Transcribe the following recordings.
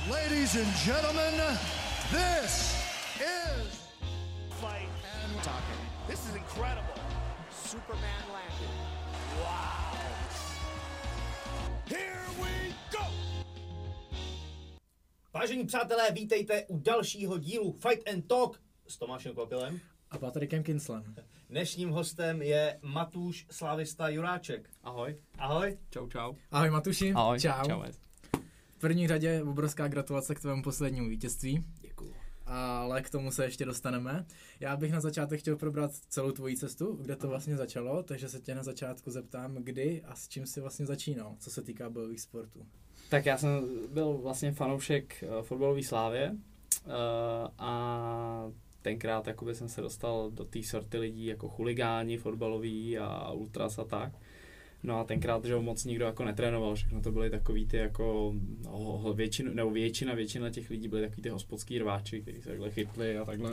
Ladies and gentlemen, this is fight and talking. This is incredible. Superman landed. Wow. Here we go. Vážení přátelé, vítejte u dalšího dílu Fight and Talk s Tomášem Kvapilem a Patrikem Kinslem. Dnešním hostem je Matúš Slávista Juráček. Ahoj. Ahoj. Čau, čau. Ahoj Matuši. Ahoj. Čau. Čau. V první řadě obrovská gratulace k tvému poslednímu vítězství. Děkuju. Ale k tomu se ještě dostaneme. Já bych na začátek chtěl probrat celou tvoji cestu, kde to vlastně začalo, takže se tě na začátku zeptám, kdy a s čím jsi vlastně začínal, co se týká bojových sportů. Tak já jsem byl vlastně fanoušek fotbalové Slávě a tenkrát jakoby jsem se dostal do té sorty lidí jako chuligáni fotbaloví a ultras a tak. No a tenkrát, že moc nikdo jako netrénoval, všechno to byly takový ty jako většina těch lidí byly takový ty hospodský rváči, kteří se takhle chytli a takhle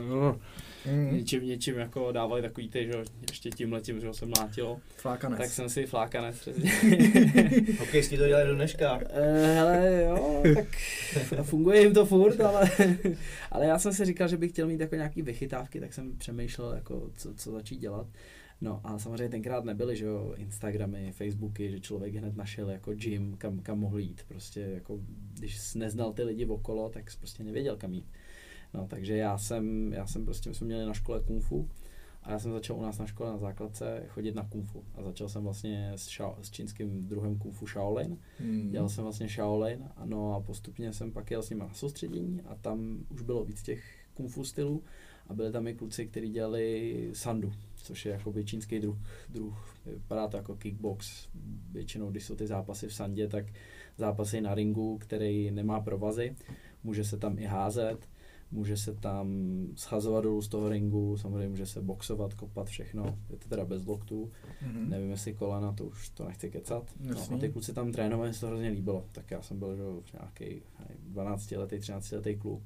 něčím jako dávali takový ty, že ještě tímhletím, že se mlátilo. Flákanec. Tak jsem si flákanec přesně. Hokejský to dělají do dneška. Hele jo, tak funguje jim to furt, ale já jsem si říkal, že bych chtěl mít jako nějaký vychytávky, tak jsem přemýšlel jako co začít dělat. No a samozřejmě tenkrát nebyly, že jo, Instagramy, Facebooky, že člověk hned našel jako gym, kam mohl jít. Prostě jako, když neznal ty lidi okolo, tak prostě nevěděl, kam jít. No takže já jsem prostě, my jsme měli na škole kung fu a já jsem začal u nás na škole na základce chodit na kung fu. A začal jsem vlastně s čínským druhem kung fu Shaolin. Dělal jsem vlastně Shaolin, no a postupně jsem pak jel s nimi na soustředění a tam už bylo víc těch kung fu stylů. A byli tam i kluci, kteří dělali sandu, což je jakoby čínský druh, vypadá to jako kickbox. Většinou, když jsou ty zápasy v sandě, tak zápasy na ringu, který nemá provazy, může se tam i házet, může se tam schazovat dolů z toho ringu, samozřejmě může se boxovat, kopat, všechno, je to teda bez loktů, nevím jestli kolena, to už to nechci kecat. No, a ty kluci tam trénovali, se to hrozně líbilo, tak já jsem byl nějaký 12letý, 13letý kluk.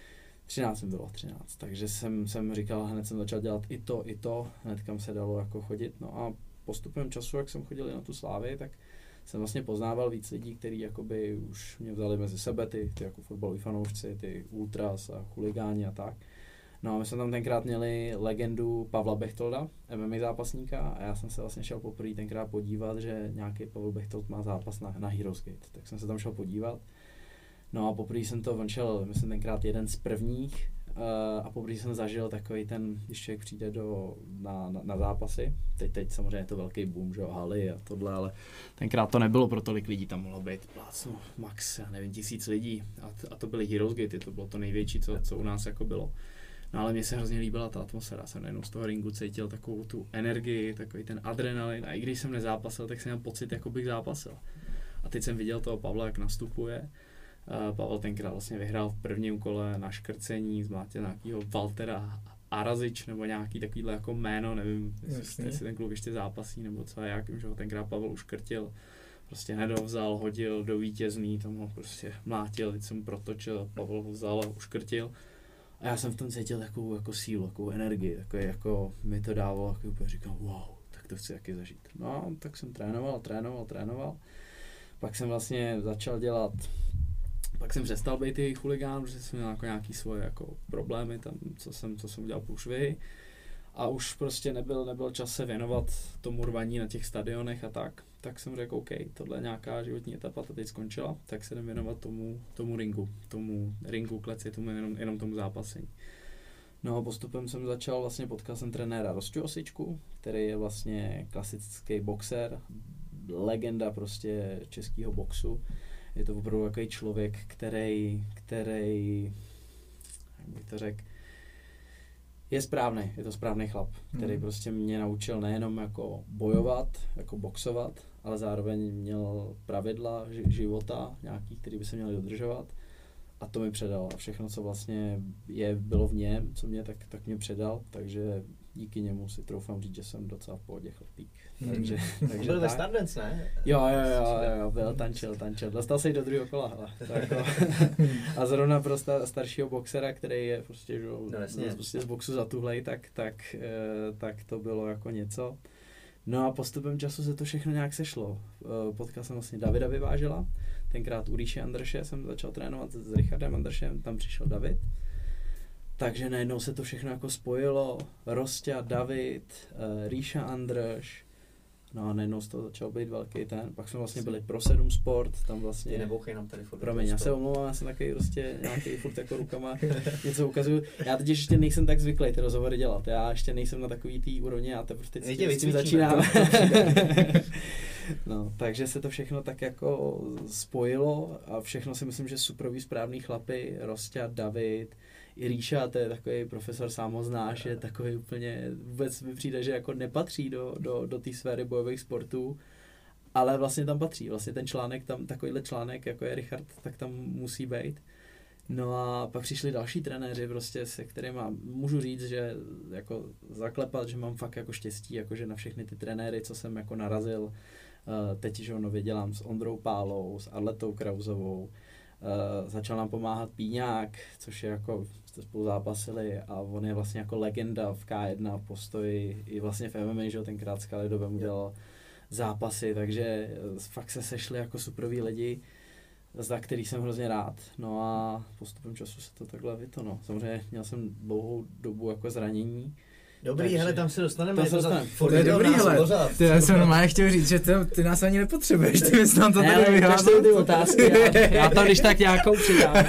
13 mi bylo, takže jsem říkal, hned jsem začal dělat i to, hned kam se dalo jako chodit, no a postupem času, jak jsem chodil na tu Slávy, tak jsem vlastně poznával víc lidí, kteří jakoby už mě vzali mezi sebe, ty jako fotbaloví fanoušci, ty ultras a chuligáni a tak. No a my jsme tam tenkrát měli legendu Pavla Bechtolda, MMA zápasníka a já jsem se vlastně šel poprvé tenkrát podívat, že nějaký Pavel Bechtold má zápas na Heroes Gate, tak jsem se tam šel podívat. No a poprvé jsem to šel, myslím tenkrát jeden z prvních a poprvé jsem zažil takový ten, když člověk přijde na zápasy, teď samozřejmě je to velký boom, že jo, haly a tohle, ale tenkrát to nebylo pro tolik lidí, tam mohlo být plácnu max, já nevím, 1000 lidí a to byly Heroes Gate, to bylo to největší, co u nás jako bylo. No ale mně se hrozně líbila ta atmosféra, jsem najednou z toho ringu cítil takovou tu energii, takový ten adrenalin a i když jsem nezápasil, tak jsem měl pocit, jako bych zápasil. A teď jsem viděl toho Pavla, jak nastupuje. Pavel tenkrát vlastně vyhrál v prvním kole na škrcení, zmlátil nějakýho Valtera Arazič nebo nějaký takovýhle jako jméno, nevím, jestli ten kluk ještě zápasí nebo co a jak, že ho tenkrát Pavel uškrtil, prostě hned ho vzal, hodil do vítězný, tam ho prostě mlátil, teď jsem protočil, Pavel ho vzal a uškrtil a já jsem v tom cítil takovou jako sílu, takovou energii, takový jako mi to dávalo, jako úplně říkal wow, tak to chci taky zažít. No tak jsem trénoval, pak jsem vlastně začal dělat. Pak jsem přestal být jejich chuligán, protože jsem měl jako nějaký svoje jako problémy tam, co jsem udělal průšvihy. A už prostě nebyl čas se věnovat tomu rvaní na těch stadionech a tak. Tak jsem řekl, OK, tohle je nějaká životní etapa, ta teď skončila, tak se jdem věnovat tomu ringu, kleci, jenom tomu zápasení. No a postupem jsem začal, vlastně potkal jsem trenéra Rosťu Osičku, který je vlastně klasický boxer, legenda prostě českého boxu. Je to opravdu takový člověk, který, jak bych to řekl, je to správný chlap, který prostě mě naučil nejenom jako bojovat, jako boxovat, ale zároveň měl pravidla života nějaký, který by se měly dodržovat a to mi předal a všechno, co vlastně bylo v něm, co mě, tak mě předal, takže díky němu si troufám říct, že jsem docela v pohodě chlapík. Takže byl ve Stardance, ne? Jo, byl, tančil. Dostal se i do druhého kola, hele. A zrovna pro staršího boxera, který je prostě, prostě z boxu zatuhlej, tak to bylo jako něco. No a postupem času se to všechno nějak sešlo. Potkal jsem vlastně Davida Vyvážela, tenkrát u Ríše Andrše jsem začal trénovat s Richardem Andršem, tam přišel David. Takže najednou se to všechno jako spojilo, Rostia, David, Ríša Andrš, no a najednou z toho začal být velký ten, pak jsme vlastně byli pro 7 Sport, tam vlastně... Ty nebouchej nám tady furt. Promiň, já se omlouvám, já jsem takový prostě nějaký furt jako rukama něco ukazuju. Já teď ještě nejsem tak zvyklý ty rozhovory dělat, já ještě nejsem na takový tý úrovni, já teprve teď s tím začínám. No, takže se to všechno tak jako spojilo a všechno si myslím, že superový správný chlapy, Rostia, David, i Ríša, to je takový profesor, sám ho znáš, je takový úplně, vůbec mi přijde, že jako nepatří do té sféry bojových sportů, ale vlastně tam patří, vlastně ten článek, tam takovýhle článek, jako je Richard, tak tam musí být. No a pak přišli další trenéři, prostě, se kterými můžu říct, že jako zaklepat, že mám fakt jako štěstí, jakože na všechny ty trenéry, co jsem jako narazil, teď, že nově dělám s Ondrou Pálou, s Arletou Krauzovou, začal nám pomáhat Píňák, což je jako, jste spolu zápasili a on je vlastně jako legenda v K1 v postoji, i vlastně v MMA, že tenkrát s Kalidovem udělal zápasy, takže fakt se sešli jako superoví lidi, za který jsem hrozně rád. No a postupem času se to takhle vyto. Samozřejmě měl jsem dlouhou dobu jako zranění. Dobrý, takže... hele, tam se dostaneme. To je dobrý, hele. Já jsem normálně chtěl říct, že ty nás ani nepotřebuješ, ty bys nám to tady vyházal. ty otázky, já to když tak nějakou přidám.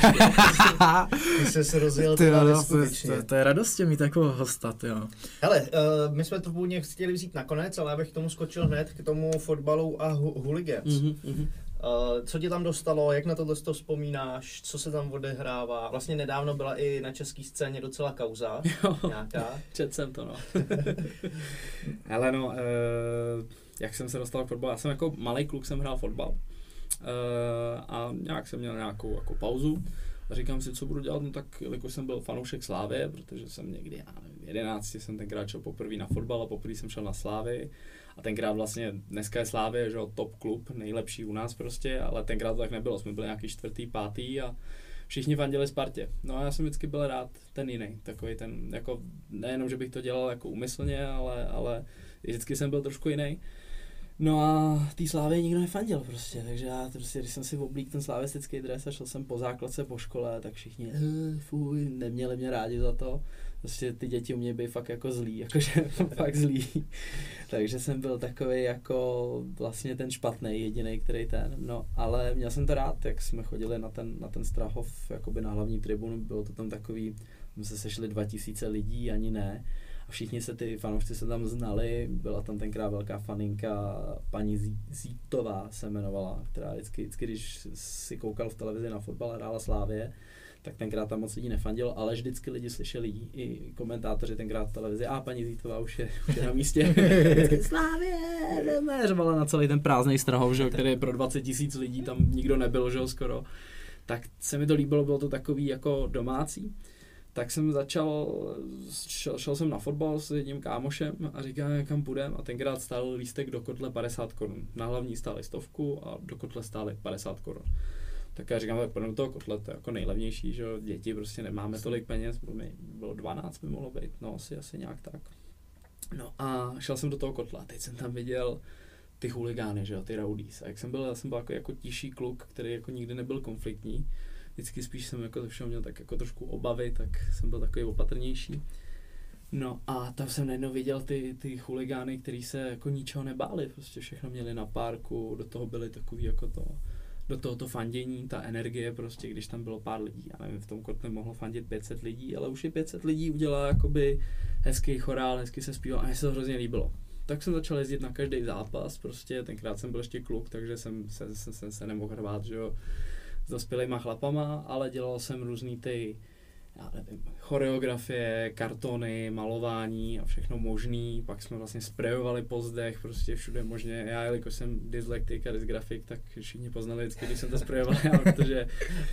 Ty jsi rozjel teda neskutečně. To je radost mít takového hosta, jo. Hele, my jsme to původně chtěli vzít nakonec, ale abych k tomu skočil hned, k tomu fotbalu a hooligans. Co tě tam dostalo, jak na tohle to vzpomínáš, co se tam odehrává? Vlastně nedávno byla i na české scéně docela kauza nějaká. Četl jsem to, no. Ale no, jak jsem se dostal k fotbalu, já jsem jako malý kluk jsem hrál fotbal a nějak jsem měl nějakou jako pauzu a říkám si, co budu dělat, no tak jelikož jsem byl fanoušek Slávie, protože jsem někdy, já nevím, 11 jsem tenkrát šel poprvé na fotbal a poprvé jsem šel na Slávii. A tenkrát vlastně, dneska je Slávie, že top klub, nejlepší u nás prostě, ale tenkrát to tak nebylo, jsme byli nějaký 4., 5. a všichni fandili Spartě. No a já jsem vždycky byl rád ten jiný, takový ten, jako nejenom, že bych to dělal jako úmyslně, ale vždycky jsem byl trošku jiný. No a té Slávě nikdo nefandil prostě, takže já prostě, když jsem si oblík ten slavistický dres a šel jsem po základce po škole, tak všichni fuj, neměli mě rádi za to. Prostě ty děti u mě byly fakt jako zlý, jakože fakt zlý. Takže jsem byl takový jako vlastně ten špatný, jediný, který ten, no, ale měl jsem to rád, jak jsme chodili na ten Strahov, jakoby na hlavní tribunu, bylo to tam takový, jsme se sešli 2000 lidí, ani ne. A všichni se ty fanoušci se tam znali, byla tam tenkrát velká faninka, paní Zítová se jmenovala, která vždycky, když si koukal v televizi na fotbal, hrála Slávie, tak tenkrát tam moc lidí nefandilo, ale vždycky lidi slyšeli, i komentátoři tenkrát v televizi, paní Zítová už je na místě. Vždycky Slávě, jdeme, řvala na celý ten prázdnej Strahov, že, který je pro 20 000 lidí, tam nikdo nebyl, že, skoro. Tak se mi to líbilo, bylo to takový jako domácí. Tak jsem šel jsem na fotbal s jedním kámošem a říkám, kam půjdem, a tenkrát stál lístek do kotle 50 korun. Na hlavní stály 100 a do kotle stály 50 korun. Tak já říkám, tak půjdeme do toho kotle, to je jako nejlevnější, že děti prostě nemáme tolik peněz, bylo 12 by mohlo být, no asi nějak tak. No a šel jsem do toho kotle a teď jsem tam viděl ty chuligány, že jo, ty rowdies. A já jsem byl jako tichý kluk, který jako nikdy nebyl konfliktní. Vždycky spíš jsem jako ze všeho měl tak jako trošku obavy, tak jsem byl takový opatrnější. No a tam jsem najednou viděl ty chuligány, kteří se jako ničeho nebáli, prostě všechno měli na párku, do toho byli takový jako do tohoto fandění, ta energie prostě, když tam bylo pár lidí, já nevím, v tom kotle mohlo fandit 500 lidí, ale už i 500 lidí udělá jakoby hezký chorál, hezky se zpíval a mně se to hrozně líbilo. Tak jsem začal jezdit na každý zápas, prostě tenkrát jsem byl ještě kluk, takže jsem se nemohl hrát, že jo, s dospělejma chlapama, ale dělal jsem různý ty, já nevím, choreografie, kartony, malování a všechno možný, pak jsme vlastně sprayovali po zdech, prostě všude možně, já jelikož jsem dyslektik a dysgrafik, tak všichni poznali vždycky, když jsem to sprayoval, protože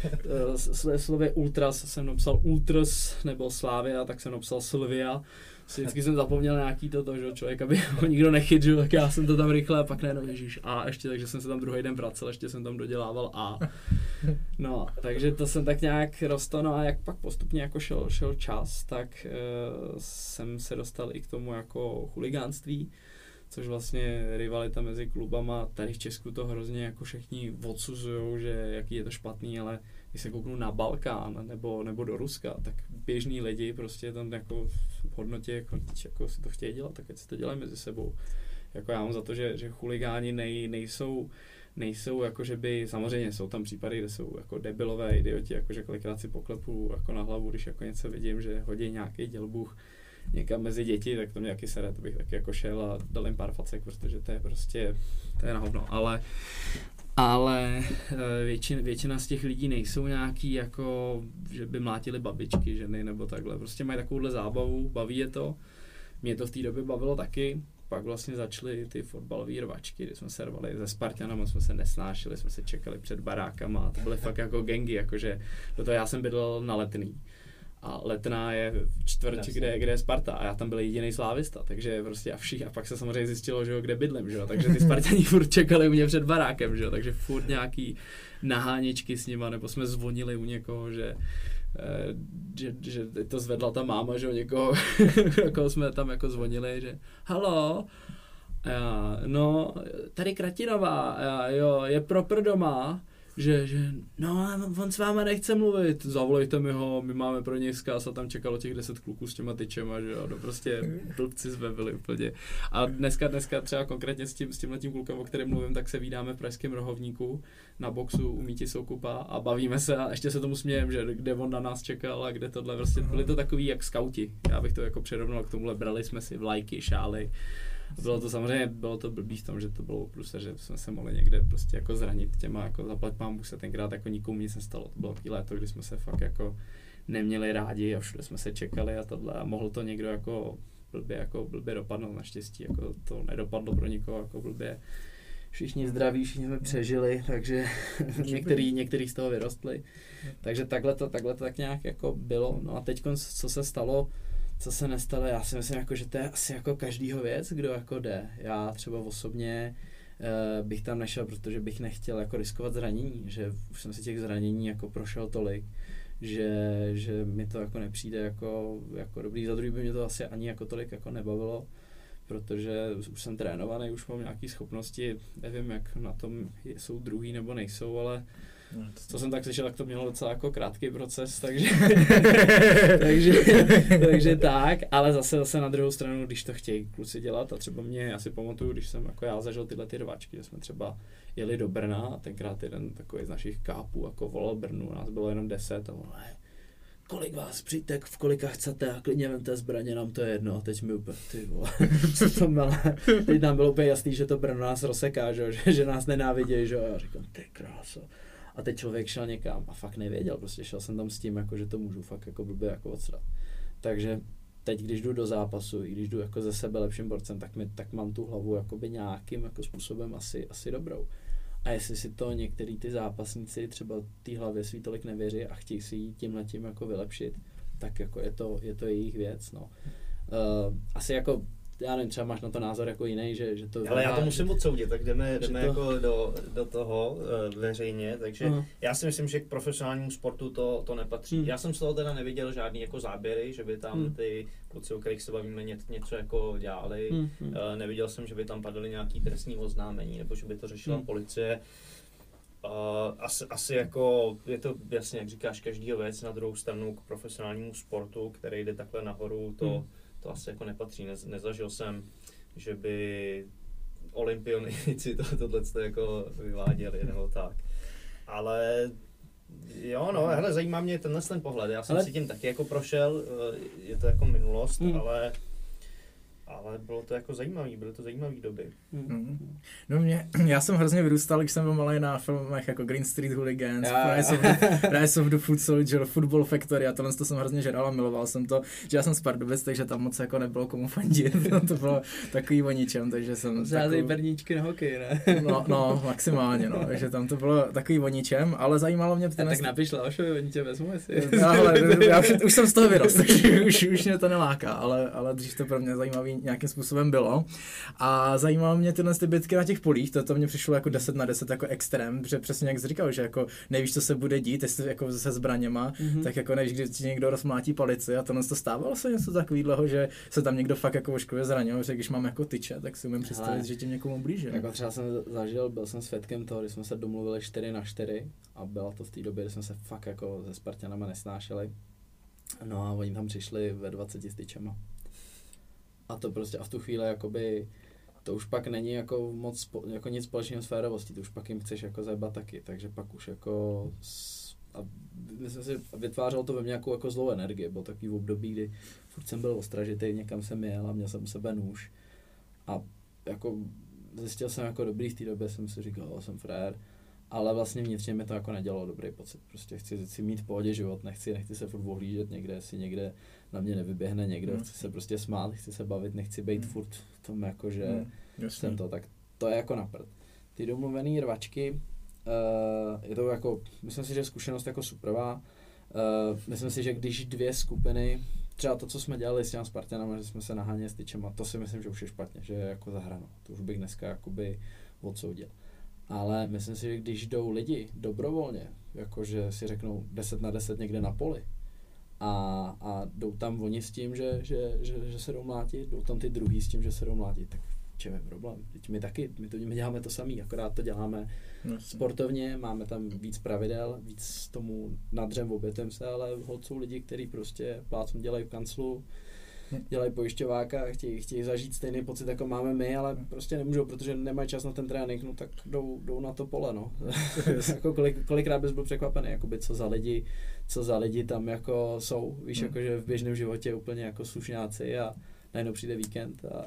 slově ultras jsem napsal ultras, nebo Slávia, tak jsem napsal Sylvia. Vždycky jsem zapomněl nějaký že člověk, aby ho nikdo nechytil, tak já jsem to tam rychle a pak najednou ježíš A ještě, takže jsem se tam druhý den vracel, ještě jsem tam dodělával A. No, takže to jsem tak nějak rostl, no a jak pak postupně jako šel čas, tak jsem se dostal i k tomu jako chuligánství, což vlastně rivalita mezi klubama, tady v Česku to hrozně jako všichni odsuzujou, že jaký je to špatný, ale když se kouknu na Balkán nebo do Ruska, tak běžný lidi prostě tam jako v hodnotě jako si to chtějí dělat, tak ať si to dělají mezi sebou. Jako já mám za to, že chuligáni nejsou jako, že by, samozřejmě jsou tam případy, kde jsou jako debilové idioti, jakože kolikrát si poklepu jako na hlavu, když jako něco vidím, že hodí nějaký dělbuch někam mezi děti, tak to mě taky sere, to bych taky jako šel a dal jim pár facek, protože to je prostě, to je na hovno, ale většina z těch lidí nejsou nějaký jako, že by mlátili babičky, ženy nebo takhle, prostě mají takovouhle zábavu, baví je to, mě to v té době bavilo taky. Pak vlastně začaly ty fotbalové rvačky, kdy jsme se rvali se Spartanama, jsme se nesnášeli, jsme se čekali před barákama a to byly fakt jako gangy, jakože do toho já jsem bydlel na Letný. A Letná je čtvrť, kde je Sparta a já tam byl jediný slávista, takže prostě a pak se samozřejmě zjistilo, že jo, kde bydlím, že jo, takže ty Spartani furt čekali u mě před barákem, že jo, takže furt nějaký naháničky s nima, nebo jsme zvonili u někoho, že to zvedla ta máma, že někoho, jako jsme tam jako zvonili, že halo, no, tady Kratinová, jo, je propr doma, že no, on s váma nechce mluvit, zavolejte mi ho, my máme pro něj vzkaz a tam čekalo těch 10 kluků s těma tyčema, že jo, no prostě blbci jsme byli úplně. A dneska třeba konkrétně s tímhletím klukem, o kterém mluvím, tak se vídáme v Pražském Rohovníku na boxu u Míti Soukupa a bavíme se a ještě se tomu smějem, že kde on na nás čekal a kde tohle, prostě byli to takový jak skauti, já bych to jako přirovnal k tomuhle, brali jsme si vlajky, šály. Bylo to samozřejmě, bylo to blbý v tom, že to bylo plus, že jsme se mohli někde prostě jako zranit těma, jako zaplať pámbu se tenkrát jako nikomu nic nestalo. To bylo takový léto, kdy jsme se fakt jako neměli rádi a všude jsme se čekali a tohle a mohl to někdo jako blbě dopadnout, naštěstí jako to nedopadlo pro nikoho jako blbě. Všichni zdraví, všichni jsme přežili, takže některý z toho vyrostli. Takže takhle to tak nějak jako bylo. No a teď co se stalo, co se nestalo, já si myslím, jako, že to je asi jako každýho věc, kdo jako jde. Já třeba osobně bych tam nešel, protože bych nechtěl jako riskovat zranění, že už jsem si těch zranění jako prošel tolik, že mi to jako nepřijde jako dobrý. Za druhý by mě to asi ani jako tolik jako nebavilo, protože už jsem trénovaný, už mám nějaké schopnosti, nevím, jak na tom jsou druhý nebo nejsou, ale co jsem tak slyšel, tak to mělo docela jako krátký proces, takže tak, ale zase na druhou stranu, když to chtějí kluci dělat a třeba já si pamatuju, když jsem jako já zažil tyhle ty rvačky, že jsme třeba jeli do Brna a tenkrát jeden takový z našich kápů jako volal Brnu, nás bylo jenom 10 a volal, kolik vás přijďte, v kolika chcete a klidně vemte zbraně, nám to je jedno a teď mi úplně, ty vole, co to bylo, teď nám bylo úplně jasný, že to Brno nás rozseká, že nás nenávidějí, že a já říkám, ty kráso. A teď člověk šel někam a fakt nevěděl, prostě šel jsem tam s tím, jako, že to můžu fakt jako blbě jako odsrat. Takže teď, když jdu do zápasu, i když jdu jako ze sebe lepším borcem, tak mám tu hlavu jakoby nějakým jako způsobem asi dobrou. A jestli si to některý ty zápasníci třeba té hlavě svý tolik nevěří a chtějí si ji tímhletím jako vylepšit, tak jako je to jejich věc, no. Asi jako já nevím, třeba máš na to názor jako jiný, že to... Ale já to musím odsoudit, tak jdeme jako do toho veřejně, takže já si myslím, že k profesionálnímu sportu to nepatří. Já jsem z toho teda neviděl žádný jako záběry, že by tam ty kluci, o kterých se bavíme, něco jako dělali. Neviděl jsem, že by tam padaly nějaký trestní oznámení, nebo že by to řešila policie. Asi jako, je to jasně, jak říkáš, každýho věc, na druhou stranu k profesionálnímu sportu, který jde takhle nahoru, to asi jako nepatří. Nezažil jsem, že by olympionici tohleto jako vyváděli nebo tak. Ale jo, no, hele, zajímá mě ten pohled. Já jsem si tím taky jako prošel, je to jako minulost, ale bylo to jako byly to zajímavé doby. No já jsem hrozně vyrůstal, když jsem byl malý na filmech jako Green Street Hooligans, Rise of the Foot Soldier, Football Factory a tohle jsem hrozně žeral a miloval jsem to, že já jsem z Pardubic, takže tam moc jako nebylo komu fandit, to bylo takový o ničem, takže jsem... Žádný perníčky na hokej, ne? No, maximálně, no, takže tam to bylo takový o ničem, ale zajímalo mě... Tak napiš Leošovi, oni tě vezmu, já už jsem z toho vyrost, takže už mě to neláká, ale dřív to pro mě nějakým způsobem bylo. A zajímalo mě tyhle ty bitky na těch polích, to mě přišlo jako 10/10 jako extrém, protože přesně jak jsi říkal, že jako nevíš, co se bude dít, jestli jako se zbraněma, tak jako nevíš, kdy ti někdo rozmlátí palici a tohle to stávalo se něco takového, že se tam někdo fakt jako ošklivě zranil, že když mám jako tyče, tak si umím představit, že tím někomu blíže. Jako třeba jsem zažil, byl jsem svědkem toho, když jsme se domluvili 4-4 a byla to v té době, kdy jsme se fakt jako se Spartanama nesnášeli. No a oni tam přišli ve 20 styčema. A to prostě a v tu chvíli jakoby to už pak není jako moc jako nic společného s férovostí, to už pak jim chceš jako zajebat taky, takže pak už jako a myslím si, vytvářelo to ve mně jako zlou energii, byl takový období, kdy furt jsem byl ostražitý, někam jsem jel a měl jsem u sebe nůž a jako zjistil jsem jako dobrý, v té době jsem si říkal, jsem frér, ale vlastně vnitřně mi to jako nedělalo dobrý pocit, prostě chci si mít v pohodě život, nechci se furt ohlížet někde, si někde na mě nevyběhne někdo, chci se prostě smát, chci se bavit, nechci být furt v tom jako, že jsem to, tak to je jako na prd. Ty domluvený rvačky, je to jako, myslím si, že zkušenost jako superová, myslím si, že když dvě skupiny, třeba to, co jsme dělali s těmi Spartanama, že jsme se naháněli s tyčema, to si myslím, že už je špatně, že je jako za hranou, to už bych dneska jakoby odsoudil. Ale myslím si, že když jdou lidi dobrovolně, jakože si řeknou 10/10 někde na poli a jdou tam oni s tím, že se jdou mlátit, jdou tam ty druhý s tím, že se jdou mlátit, tak čem je problém? Teď my děláme to samý, akorát to děláme sportovně, máme tam víc pravidel, víc tomu nadřem obětem se, ale holt jsou lidi, kteří prostě plácnu dělají v kanclu, dělají pojišťováka, chtějí zažít stejný pocit, jako máme my, ale prostě nemůžou, protože nemají čas na ten trénink, no tak jdou na to pole, no. Jako kolikrát bys byl překvapený, jakoby, co za lidi tam jako jsou, víš, jakože v běžném životě úplně jako slušňáci a najednou přijde víkend a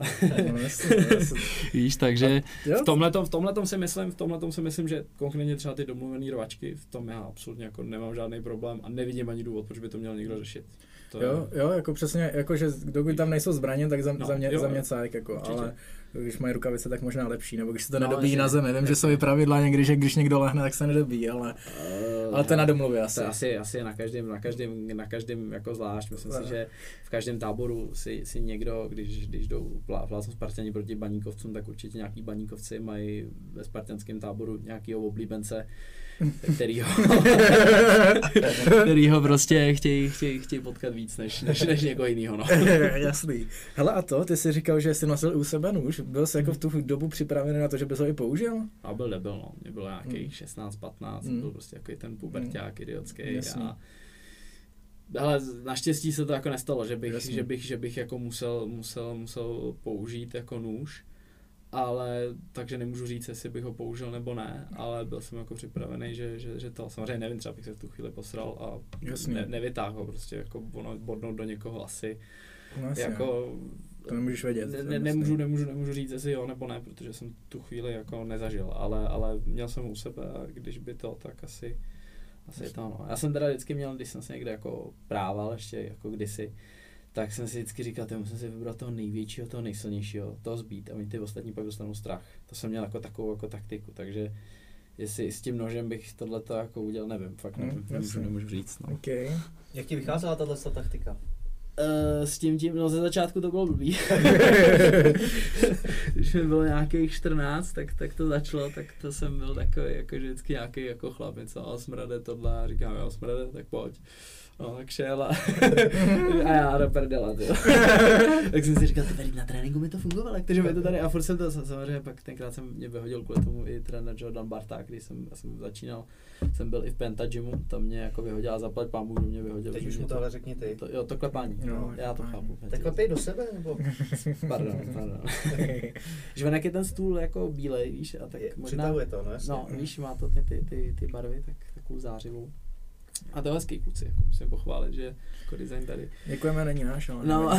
víš, takže v tomhletom si myslím, že konkrétně třeba ty domluvený rvačky, v tom já absolutně jako nemám žádný problém a nevidím ani důvod, proč by to měl někdo řešit. Jo, jako přesně, jako že dokud tam nejsou zbraně, tak za mě cajk, jako, určitě. Ale když mají rukavice, tak možná lepší, nebo když se to nedobíjí na zemi, vím, že jsou i pravidla někdy, že když někdo lehne, tak se nedobíjí, ale to je na domluvě asi. To asi na každém jako zvlášť, myslím si, že v každém táboru si někdo, když jdou plácnou Spartani proti baníkovcům, tak určitě nějaký baníkovci mají ve spartanském táboru nějakýho oblíbence, kterýho prostě chtějí potkat víc než někoho jinýho, no. Jasný. Hele, a to, ty jsi říkal, že jsi nosil u sebe nůž, byl jsi jako v tu dobu připravený na to, že bys ho i použil? A byl debil, no. Mě bylo nějakých 16-15, byl prostě jako ten puberťák idiotský. Ale naštěstí se to jako nestalo, že bych jako musel použít jako nůž. Ale takže nemůžu říct, jestli bych ho použil nebo ne, ale byl jsem jako připravený, že to, samozřejmě nevím, třeba bych se v tu chvíli posral a nevytáhl ho, prostě jako bodnout do někoho asi, jako to nemůžeš vědět. Nemůžu říct, jestli jo nebo ne, protože jsem tu chvíli jako nezažil, ale měl jsem u sebe a když by to, tak asi je to ono. Já jsem teda vždycky měl, když jsem se někde jako prával ještě jako kdysi, tak jsem si vždycky říkal, musím si vybrat toho největšího, toho nejsilnějšího, toho zbít a oni ty ostatní pak dostanou strach. To jsem měl jako takovou jako taktiku, takže jestli s tím nožem bych tohleto jako udělal, nevím, fakt nevím, nemůžu říct. No. Okay. Jak ti vycházela tato taktika? S tím, no ze začátku to bylo blbý. Když mi bylo nějakých 14, tak to začalo, tak to jsem byl takový, jako vždycky nějaký jako chlap, něco, smrade tohle, a říkám, jo, smrade, tak pojď. No, tak šel a já do prdela, tyjo. Tak jsem si říkal, tady na tréninku mi to fungovalo, takže mi to tady, a furt jsem to, samozřejmě pak tenkrát jsem mě vyhodil kvůli tomu i trenér Jordan Barták, když jsem začínal, jsem byl i v Penta Gymu, tam mě jako vyhodil a zaplať pámu, že mě vyhodil. Teď už mu to ale řekni ty. To klepání, no, já to chápu. Tak klepej do sebe, nebo? Pardon. Žvenek je ten stůl jako bílej, víš, a tak možná. Přitahuje to, no jasně. No, víš, má to ty barvy, tak takovou zářivou. A to je hezký kluci, jako musím pochválit, že jako design tady. Děkujeme, není náš, ale... No.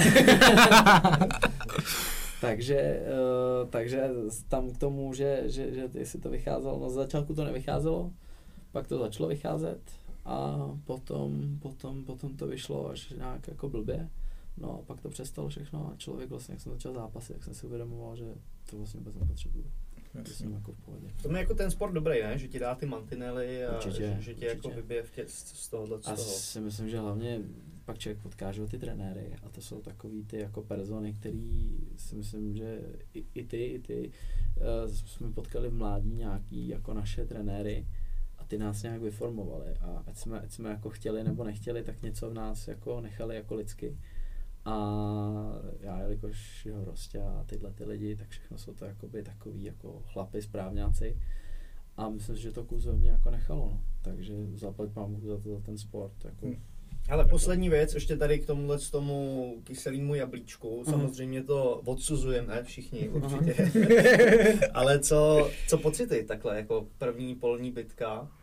takže tam k tomu, že jestli to vycházelo, no z začátku to nevycházelo, pak to začalo vycházet a potom to vyšlo až nějak jako blbě. No a pak to přestalo všechno a člověk vlastně, jak jsem začal zápasy, jak jsem si uvědomoval, že to vlastně vůbec nepotřebuje. to jsem jako v pohodě. To je jako ten sport dobrý, ne? Že ti dá ty mantinely a Určitě, že tě jako vybije z tohohle. A si myslím, že hlavně pak člověk potká ty trenéry a to jsou takový ty jako persony, který si myslím, že i ty jsme potkali v mládí nějaký jako naše trenéry a ty nás nějak vyformovali a ať jsme jako chtěli nebo nechtěli, tak něco v nás jako nechali jako lidsky. A já, jelikož ho Rostě a tyhle ty lidi, tak všechno jsou to jakoby takový jako chlapi, správňáci. A myslím si, že to kus ve mně jako nechalo, no. Takže zaplať pánbůh za ten sport. Jako. Ale poslední věc, ještě tady k tomu kyselému jablíčku, samozřejmě to odsuzujeme všichni určitě. Ale co pocity takhle, jako první polní bitka?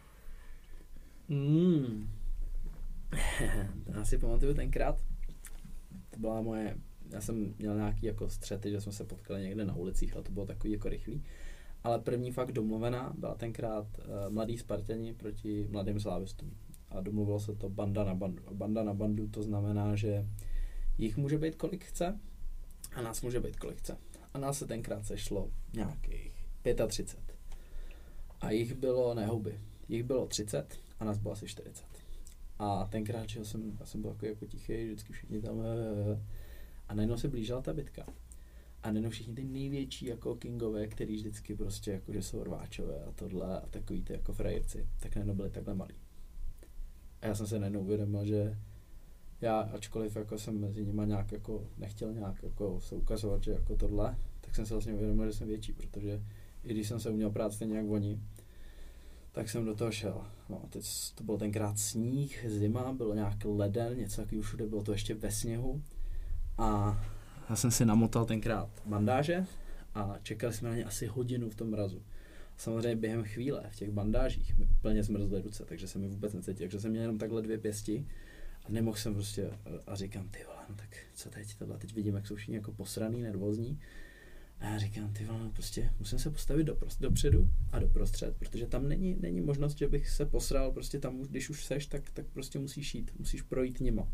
Já si pamatuju tenkrát, to byla já jsem měl nějaký jako střety, že jsme se potkali někde na ulicích a to bylo takový jako rychlý. Ale první fakt domluvená byla tenkrát mladí Spartani proti mladým slávistům. A domluvilo se to banda na bandu. A banda na bandu to znamená, že jich může být kolik chce a nás může být kolik chce. A nás se tenkrát sešlo nějakých 35. A jich bylo nehuby. Jich bylo 30 a nás bylo asi 40. A tenkrát, že já jsem byl jako tichý, vždycky všichni tam a najednou se blížila ta bitka. A najednou všichni ty největší jako kingové, který vždycky prostě jako, že jsou rváčové a tohle a takový ty jako frajerci, tak najednou byli takhle malí. A já jsem se najednou uvědomil, že já, ačkoliv jako jsem mezi nimi nějak jako nechtěl nějak jako se ukazovat, že jako tohle, tak jsem se vlastně uvědomil, že jsem větší, protože i když jsem se uměl prát stejně jak oni, tak jsem do toho šel. No, teď to byl tenkrát sníh, zima, bylo nějak leden, něco takového všude, bylo to ještě ve sněhu. A já jsem si namotal tenkrát bandáže a čekali jsme na ně asi hodinu v tom mrazu. Samozřejmě během chvíle v těch bandážích mi úplně zmrzly ruce, takže jsem mi vůbec necítil. Takže jsem měl jenom takhle 2 pěsti a nemohl jsem prostě a říkám, ty vole, no tak co teď tohle, teď vidím, jak jsou všichni jako posraný, nervózní. A já říkám, ty vole, no prostě musím se postavit dopředu a doprostřed, protože tam není možnost, že bych se posral, prostě tam, když už seš, tak prostě musíš jít, musíš projít nima.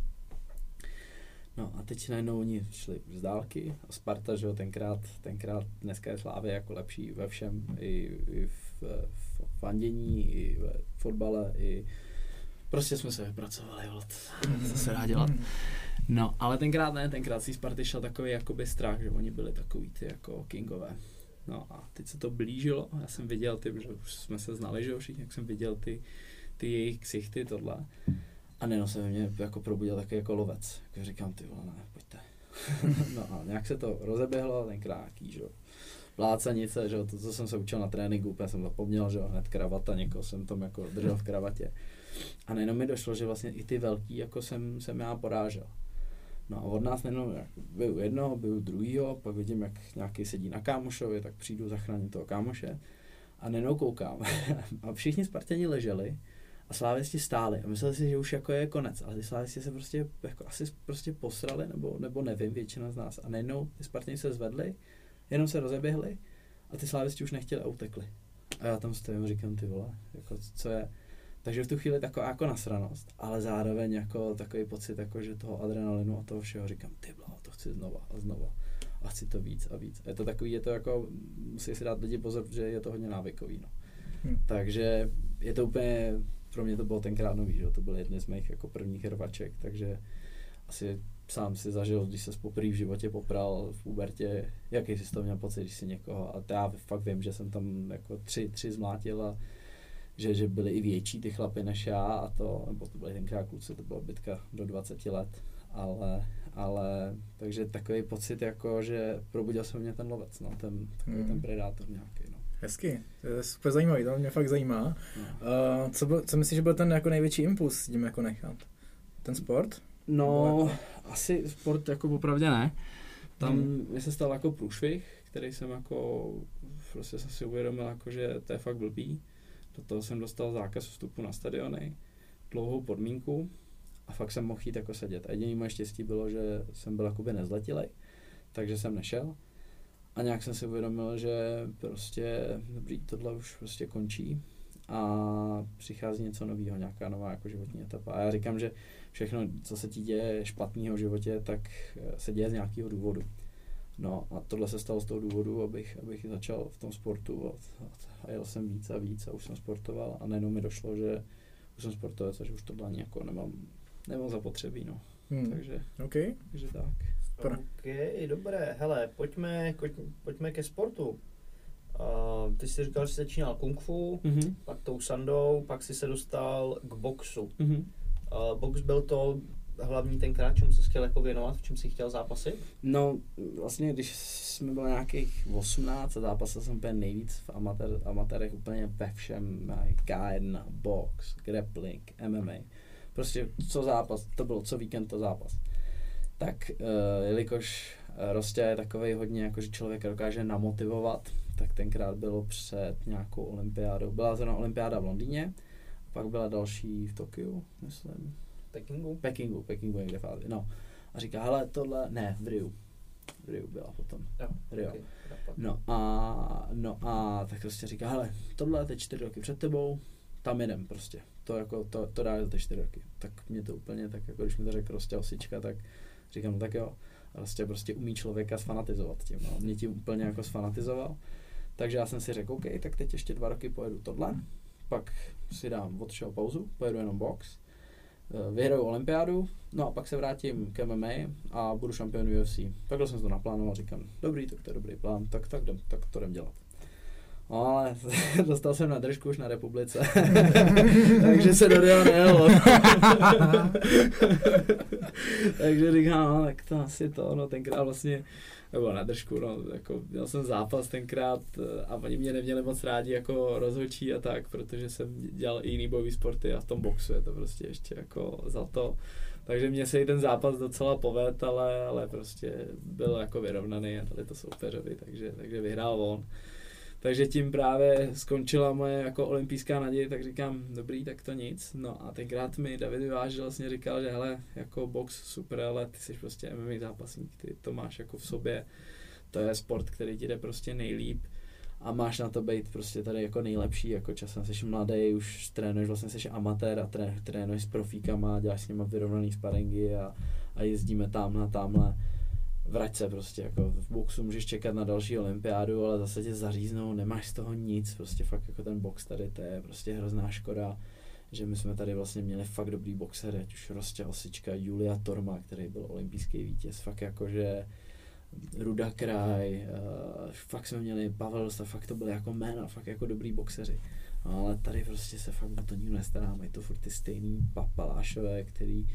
No a teď najednou oni šli z dálky a Sparta, že jo, tenkrát dneska je Slávě jako lepší ve všem, i v fandění, i ve fotbale, i prostě jsme se vypracovali, co se dá dělat. No, ale tenkrát si Sparty šel takový jakoby strach, že oni byli takový ty jako kingové. No a teď se to blížilo, já jsem viděl že už jsme se znali, že jo, všichni, jak jsem viděl ty jejich ksichty, tohle. A nejenom se ve mně jako probudil taky jako lovec. Jako říkám, ty vole, ne, pojďte. No a nějak se to rozeběhlo, tenkrát nějaký, že jo, plácanice, že jo, to, co jsem se učil na tréninku, úplně jsem zapomněl, že jo, hned kravata, někoho jsem tam jako držel v kravatě. A nejenom mi došlo, že vlastně i ty velký jako jsem já porážel. No a od nás nejenom byl jednoho, byl druhýho, pak vidím, jak nějaký sedí na kámošovi, tak přijdu zachránit toho kámoše a nejenom koukám. A všichni Spartani leželi a slávisti stáli a mysleli si, že už jako je konec, ale ty slávisti se prostě jako asi prostě posrali, nebo nevím, většina z nás. A najednou ty Spartani se zvedli, jenom se rozeběhli a ty slávisti už nechtěli a utekli. A já tam stojím a říkám, ty vole, jako co je. Takže v tu chvíli taková jako nasranost, ale zároveň jako takový pocit, jako že toho adrenalinu a toho všeho říkám, ty bláho, to chci znova a znova a chci to víc a víc. Je to takový, je to jako, musí si dát lidi pozor, že je to hodně návykový, no. Takže je to úplně, pro mě to bylo tenkrát nový, že to byl jedny z mých jako prvních rvaček, takže asi sám si zažil, když se poprvé v životě popral v pubertě, jaký jsi to měl pocit, když si někoho, a já fakt vím, že jsem tam jako tři zmlátil a že byli i větší ty chlapy než já a to, nebo to byly tenkrát kluci, to byla bitka do 20 let, ale takže takový pocit jako, že probudil se mě ten lovec, no, takový ten predátor nějaký, no. Hezky, to je super zajímavý, to mě fakt zajímá. No. Co myslíš, že byl ten jako největší impuls s tím jako nechat? Ten sport? No, asi sport jako opravdu ne. Tam mi se stal jako průšvih, který jsem jako, prostě jsem si uvědomil, jako, že to je fakt blbý. Do toho jsem dostal zákaz vstupu na stadiony, dlouhou podmínku a fakt jsem mohl jít jako sedět. A jediný moje štěstí bylo, že jsem byl jakoby nezletilej, takže jsem nešel. A nějak jsem si uvědomil, že prostě dobrý, tohle už prostě končí a přichází něco nového, nějaká nová jako životní etapa. A já říkám, že všechno, co se ti děje špatného v životě, tak se děje z nějakého důvodu. No a tohle se stalo z toho důvodu, abych začal v tom sportu a jel jsem víc a víc a už jsem sportoval a najednou mi došlo, že už jsem sportovec a že už tohle ani jako nemám zapotřebí, no. Takže tak. OK, dobré, hele, pojďme ke sportu. Ty jsi říkal, že jsi začínal kung fu, pak tou sandou, pak jsi se dostal k boxu. Box byl to hlavní tenkrát, čemu jsi chtěl jako věnovat, v čem jsi chtěl zápasit? No, vlastně, když jsme byli nějakých 18 a zápasil jsem úplně nejvíc v amatérech úplně ve všem, K1, box, grappling, MMA. Prostě co zápas, to bylo co víkend to zápas. Tak jelikož Rostě je takovej hodně, jako že člověk dokáže namotivovat, tak tenkrát bylo před nějakou olympiádou. Byla to na olympiáda v Londýně, pak byla další v Tokiu, myslím. Pekingu někde v Ázii, no. A říká, hele, tohle, ne, v Riu byla potom. Rio. Okay, No a tak prostě říká, hele, tohle je 4 roky před tebou, tam jedem prostě. To dá za ty 4 roky. Tak mě to úplně, tak jako když mi to řekl Rostě Osička, tak říkám, no tak jo. Rostě prostě umí člověka sfanatizovat tím. No. Mě tím úplně jako sfanatizoval. Takže já jsem si řekl, OK, tak teď ještě 2 roky pojedu tohle, pak si dám od všeho pauzu, pojedu jenom box, vyhraju olympiádu, no a pak se vrátím k MMA a budu šampion UFC. Takhle jsem to naplánoval, říkám, dobrý, tak to je dobrý plán, tak to jdem dělat. No, ale dostal jsem na držku už na republice, takže se do Rio nejelo. Takže říkám, no tak to asi to, no tenkrát vlastně, nebo na držku, no jako měl jsem zápas tenkrát a oni mě neměli moc rádi jako rozhodčí a tak, protože jsem dělal i jiný bojový sporty a v tom boxu je to prostě ještě jako za to. Takže mě se i ten zápas docela povedl, ale prostě byl jako vyrovnaný a dali to soupeřovi, takže vyhrál on. Takže tím právě skončila moje jako olympijská naděje, tak říkám, dobrý, tak to nic. No a tenkrát mi David Vyvážil vlastně říkal, že hele, jako box super, ale ty jsi prostě MMA zápasník, ty to máš jako v sobě, to je sport, který ti jde prostě nejlíp a máš na to být prostě tady jako nejlepší, jako časem jsi mladý, už trénuješ, vlastně jsi amatér a trénuješ s profíkama, děláš s nimi vyrovnaný sparingy a jezdíme tamhle. Vrať se prostě, jako v boxu můžeš čekat na další olympiádu, ale zase tě zaříznou, nemáš z toho nic, prostě fakt jako ten box tady, to je prostě hrozná škoda, že my jsme tady vlastně měli fakt dobrý boxery, ať už Rostě Osička, Julia Torma, který byl olympijský vítěz, fakt jakože Ruda Kraj, fakt jsme měli Pavel Dosta, fakt to byly jako jména, fakt jako dobrý boxeři, no, ale tady prostě se fakt o to nikdo nestará, mají to furt ty stejný papalášové,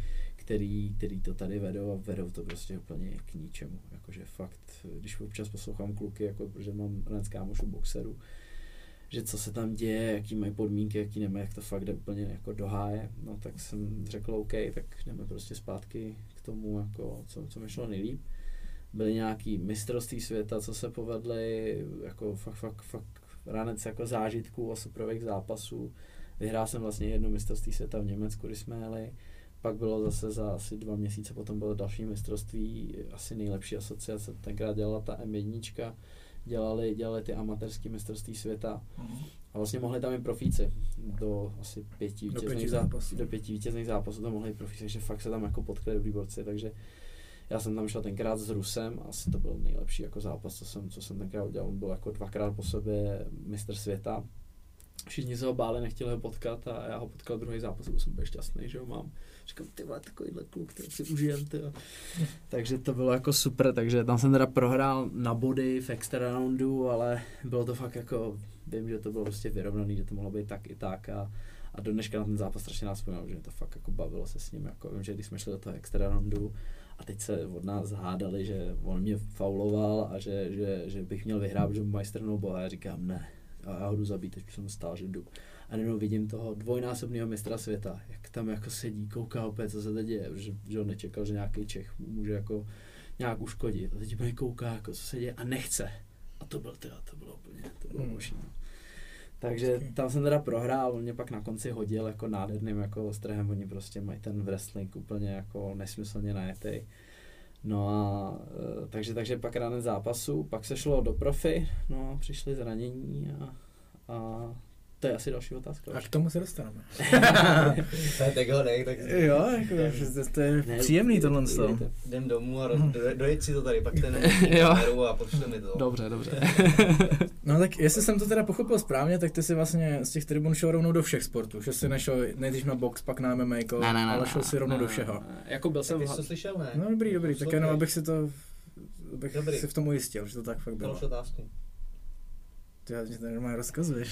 který to tady vedou to prostě úplně k ničemu, jakože fakt, když občas poslouchám kluky, jako, protože mám ranec kámošů boxerů, že co se tam děje, jaký mají podmínky, jaký nemají, jak to fakt jde úplně jako do háje, no tak jsem řekl OK, tak jdeme prostě zpátky k tomu, jako, co mi šlo nejlíp. Byly nějaký mistrovství světa, co se povedly, jako fakt ranec jako zážitků a suprových zápasů. Vyhrál jsem vlastně jedno mistrovství světa v Německu, když jsme jeli. Pak bylo zase za asi 2 měsíce, potom bylo další mistrovství, asi nejlepší asociace, tenkrát dělala ta M1, dělali ty amatérský mistrovství světa a vlastně mohli tam i profíci do asi 5 vítězných zápasů to mohli profíci, takže fakt se tam jako potkali dobrý borci, takže já jsem tam šel tenkrát s Rusem, asi to byl nejlepší jako zápas, co jsem tenkrát udělal, on byl jako 2krát po sobě mistr světa. Všichni se ho báli, nechtěli ho potkat a já ho potkal druhý zápas, byl jsem byl šťastný, že ho mám. Říkám, ty vole, takovýhle kluk, který si užijem, ty. Takže to bylo jako super, takže tam jsem teda prohrál na body v extra roundu, ale bylo to fakt jako, vím, že to bylo prostě vyrovnaný, že to mohlo být tak i tak a do dneška na ten zápas strašně nás vzpomínám, že mě to fakt jako bavilo se s ním, jako vím, že když jsme šli do toho extra roundu a teď se od nás hádali, že on mě fauloval a že bych měl vyhrát, že majstrnou boha, já říkám ne. A já ho jdu zabít, teď jsem stál, že jdu. A najednou vidím toho dvojnásobného mistra světa, jak tam jako sedí, kouká opět, co se teď děje, že on nečekal, že nějaký Čech může jako nějak uškodit. A teď mě kouká, jako, co se děje a nechce. A to bylo možný. Takže tam jsem teda prohrál, on mě pak na konci hodil jako nádherným jako ostrhem, oni prostě mají ten wrestling úplně jako nesmyslně najetej. No a takže pak ranec zápasu, pak se šlo do profi, no přišly zranění a To je asi další otázka. A k tomu se dostaneme. Tak ho nej, tak Jo, jako, to je příjemný tohle. Jdem domů a dojeď si to tady, pak ten a pošle mi to. Dobře. No tak jestli jsem to teda pochopil správně, tak ty si vlastně z těch tribun šel rovnou do všech sportů, že jsi nešel nejdřív na box, pak na MMA, ale šel si rovnou do všeho. Jako byl jsem... Tak jsi to slyšel, ne? No dobrý, tak jenom abych si v tom ujistil, že to tak fakt bylo. Další otázku. Ty mě to normálně rozkazuješ,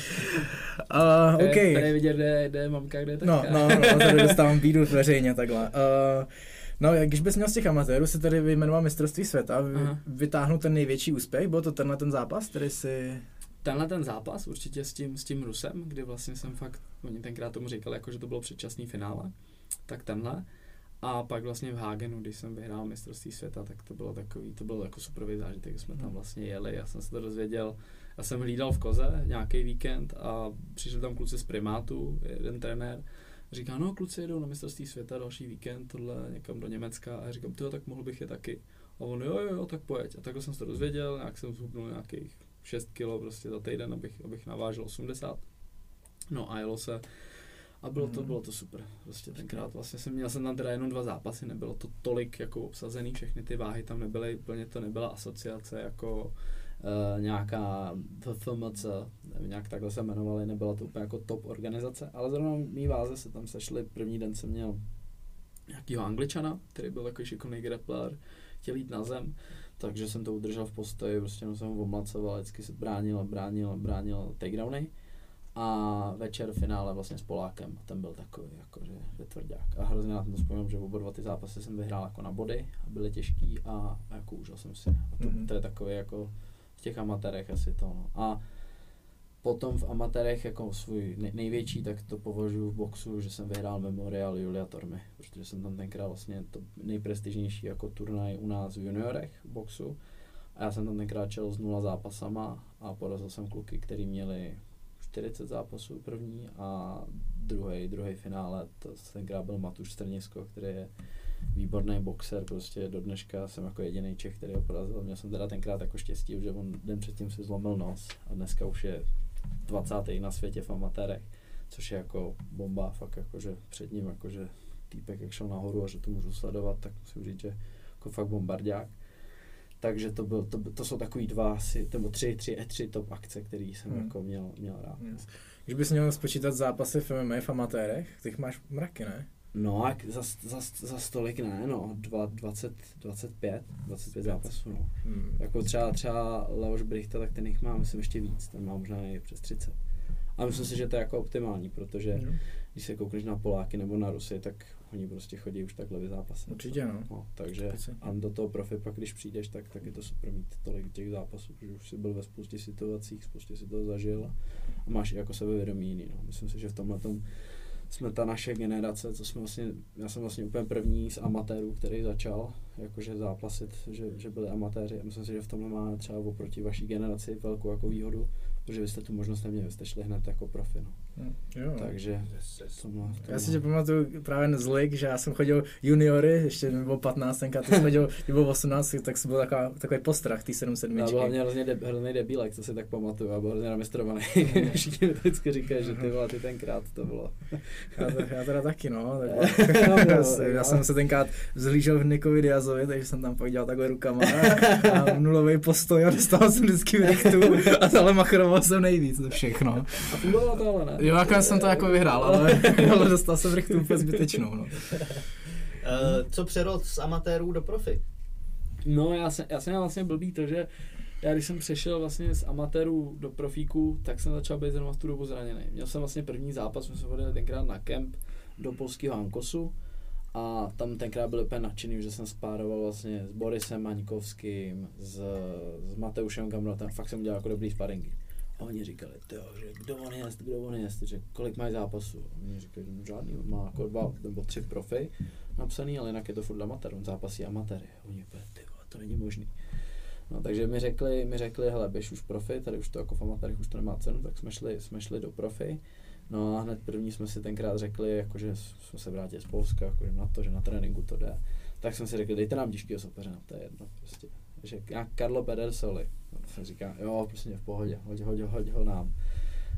OK. Tady vidět, kde je mamka, kde je taťka. No, tady dostávám bídu veřejně takhle. No, když bys měl z těch amatérů se tady vyjmenoval mistrovství světa, vytáhnu ten největší úspěch, byl to tenhle ten zápas, který si... Tenhle ten zápas určitě s tím Rusem, kdy vlastně jsem fakt, oni tenkrát tomu říkali, jako, že to bylo předčasný finále, tak tenhle. A pak vlastně v Hagenu, když jsem vyhrál mistrovství světa, tak to bylo jako superový zážitek, jsme tam vlastně jeli, já jsem se to dozvěděl, já jsem hlídal v Koze nějaký víkend a přišli tam kluci z Primátu, jeden trenér, říká, no kluci jedou na mistrovství světa další víkend, tohle někam do Německa a já říkám, tak mohl bych je taky. A on, jo, tak pojď. A takhle jsem se to dozvěděl, nějak jsem zhubnul nějakých 6 kilo prostě za týden, abych navážil 80. No a jelo se. A bylo to super. Prostě tenkrát vlastně měl jsem tam teda jenom 2 zápasy, nebylo to tolik jako obsazený, všechny ty váhy tam nebyly, úplně to nebyla asociace jako nějaká FMC, nějak takhle se jmenovali, nebyla to úplně jako top organizace, ale zrovna mý váze se tam sešly, první den jsem měl nějakýho Angličana, který byl takový šikovný grappler, chtěl jít na zem, takže jsem to udržel v postoji, prostě jsem ho omlacoval, vždycky se bránil takedowny. A večer v finále vlastně s Polákem a ten byl takový jakože tvrdák a hrozně na to vzpomínám, že oba 2 ty zápasy jsem vyhrál jako na body a byly těžký a jako užil jsem si a to je takový jako v těch amatérech asi to no. A potom v amatérech jako svůj největší, tak to považuji v boxu, že jsem vyhrál Memorial Julia Tormy, protože jsem tam tenkrát vlastně to nejprestižnější jako turnaj u nás v juniorech v boxu a já jsem tam tenkrát čel s 0 zápasama a porazil jsem kluky, který měli 40 zápasů první a druhý finále, to tenkrát byl Matuš Strnisko, který je výborný boxer, prostě do dneška jsem jako jediný Čech, který ho porazil. Měl jsem teda tenkrát jako štěstí, že on den předtím si zlomil nos a dneska už je 20. na světě v amatérech, což je jako bomba, fakt jakože před ním jakože týpek jak šel nahoru a že to můžu sledovat, tak musím říct, že jako fakt bombardák. Takže to jsou takový 2, nebo 3 top akce, které jsem jako měl rád. Když bys měl spočítat zápasy v MMA v amatérech, těch máš mraky, ne? No, za stolik ne, no, 25 zápasů, no. Jako třeba Leoš Brichta, tak ten jich má, myslím, ještě víc, ten má možná i přes 30. A myslím si, že to je jako optimální, protože když se koukneš na Poláky nebo na Rusy, tak oni prostě chodí už takhle zápasy. Určitě, no. Takže a do toho profi pak, když přijdeš, tak je to super mít tolik těch zápasů, protože už jsi byl ve spoustě situacích, spoustě si to zažil a máš i jako sebevědomí jiný, no. Myslím si, že v tomhletom jsme ta naše generace, co jsme vlastně, já jsem vlastně úplně první z amatérů, který začal jakože zápasit, že byli amatéři a myslím si, že v tomhle máme třeba oproti vaší generaci velkou jako výhodu, protože vy jste tu možnost neměli, vy jste šli hned jako profi, no. Jo. Takže já si tě pamatuju právě z lig, že já jsem chodil juniory, ještě mi bylo 15, tenkrát jsem chodil, když bylo 18, tak jsem byl takový postrach, tý 7-7. Já byl hlavně hrozný debílek, co si tak pamatuju, já byl hrozně namistrovaný. Všichni vždycky říkají, že ty tenkrát to bylo. Já teda taky, no. Já jsem se tenkrát zhlížel v Nikovi Diazovi, takže jsem tam pak dělal takhle rukama a nulový postoj a dostal jsem vždycky v rechtu a ale machroval jsem nejvíc to všechno. A fungovalo to ale ne? Jo, nakonec jsem to jako vyhrál, ale dostal jsem rechtu úplně zbytečnou, no. Co přerod z amatérů do profi? No, já jsem vlastně blbý to, že já když jsem přešel vlastně z amatérů do profíku, tak jsem začal být zrovna v tu dobu zraněný. Měl jsem vlastně první zápas, jsme se vodili tenkrát na kemp do polského Ankosu a tam tenkrát byl úplně nadšený, že jsem spároval vlastně s Borisem Maňkovským, s Mateušem Gamrotem, fakt jsem dělal jako dobrý sparingy. A oni říkali, že kdo on je, že kolik mají zápasů. A oni říkali, že žádný, on má jako 2 nebo 3 profi napsaný, ale jinak je to furt amatér, on zápasí amatéry. A oni říkali, to není možný. No, takže mi řekli, hele, běž už profi, tady už to jako v amatérech už to nemá cenu, tak jsme šli do profi. No a hned první jsme si tenkrát řekli, jakože jsme se vrátili z Polska, jakože na to, že na tréninku to jde. Tak jsme si řekli, dejte nám těžkýho soupeře, no, to je jedno prostě. Takže Carlo Pedersoli, no, jsem říká, jo, prostě v pohodě, hoď ho nám.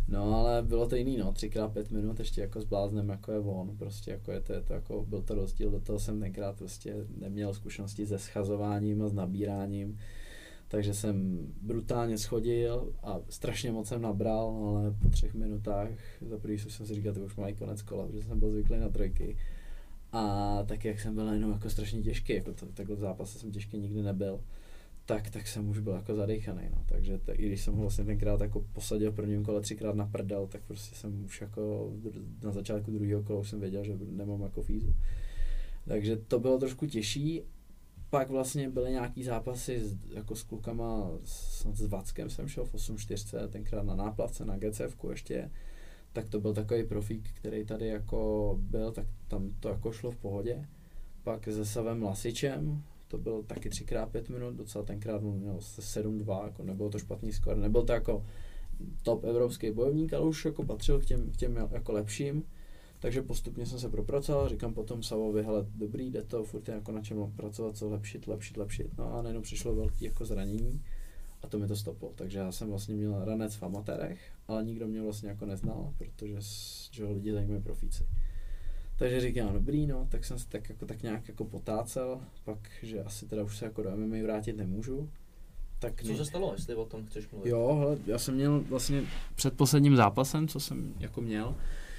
No ale bylo to jiný, no, 3x5 minut ještě jako s bláznem, jako je on, prostě jako je to jako byl to rozdíl, do toho jsem tenkrát prostě neměl zkušenosti se schazováním a s nabíráním, takže jsem brutálně schodil a strašně moc jsem nabral, no, ale po 3 minutách za první jsem si říkal, to už mají konec kola, protože jsem byl zvyklý na trojky. A tak jak jsem byl jenom jako strašně těžký, jako takhle v zápase jsem těžký nikdy nebyl, tak jsem už byl jako zadejchaný, no. Takže i když jsem ho vlastně tenkrát jako posadil v prvním kole 3krát na prdel, tak prostě jsem už jako na začátku druhého kola už jsem věděl, že nemám jako fízu. Takže to bylo trošku těžší. Pak vlastně byly nějaký zápasy jako s klukama, s Vackem jsem šel v 8.4, tenkrát na náplavce, na GCFku ještě. Tak to byl takový profík, který tady jako byl, tak tam to jako šlo v pohodě. Pak se Savem Lasičem, to byl taky 3x5 minut, docela tenkrát měl 7-2, jako nebylo to špatný skor, nebyl to jako top evropský bojovník, ale už jako patřil k těm jako lepším. Takže postupně jsem se propracoval, říkám potom Savovi, hele, dobrý, jde to, furt jako na čem pracovat, co lepšit. No a najednou přišlo velký jako zranění. A to mi to stoplo, takže já jsem vlastně měl ranec v amatérech, ale nikdo mě vlastně jako neznal, protože že lidi zajímají profíci. Takže říkám, dobrý, no, tak jsem se tak nějak jako potácel, pak, že asi teda už se jako do MMA vrátit nemůžu. Tak co se stalo, jestli o tom chceš mluvit? Jo, hele, já jsem měl vlastně před posledním zápasem, co jsem jako měl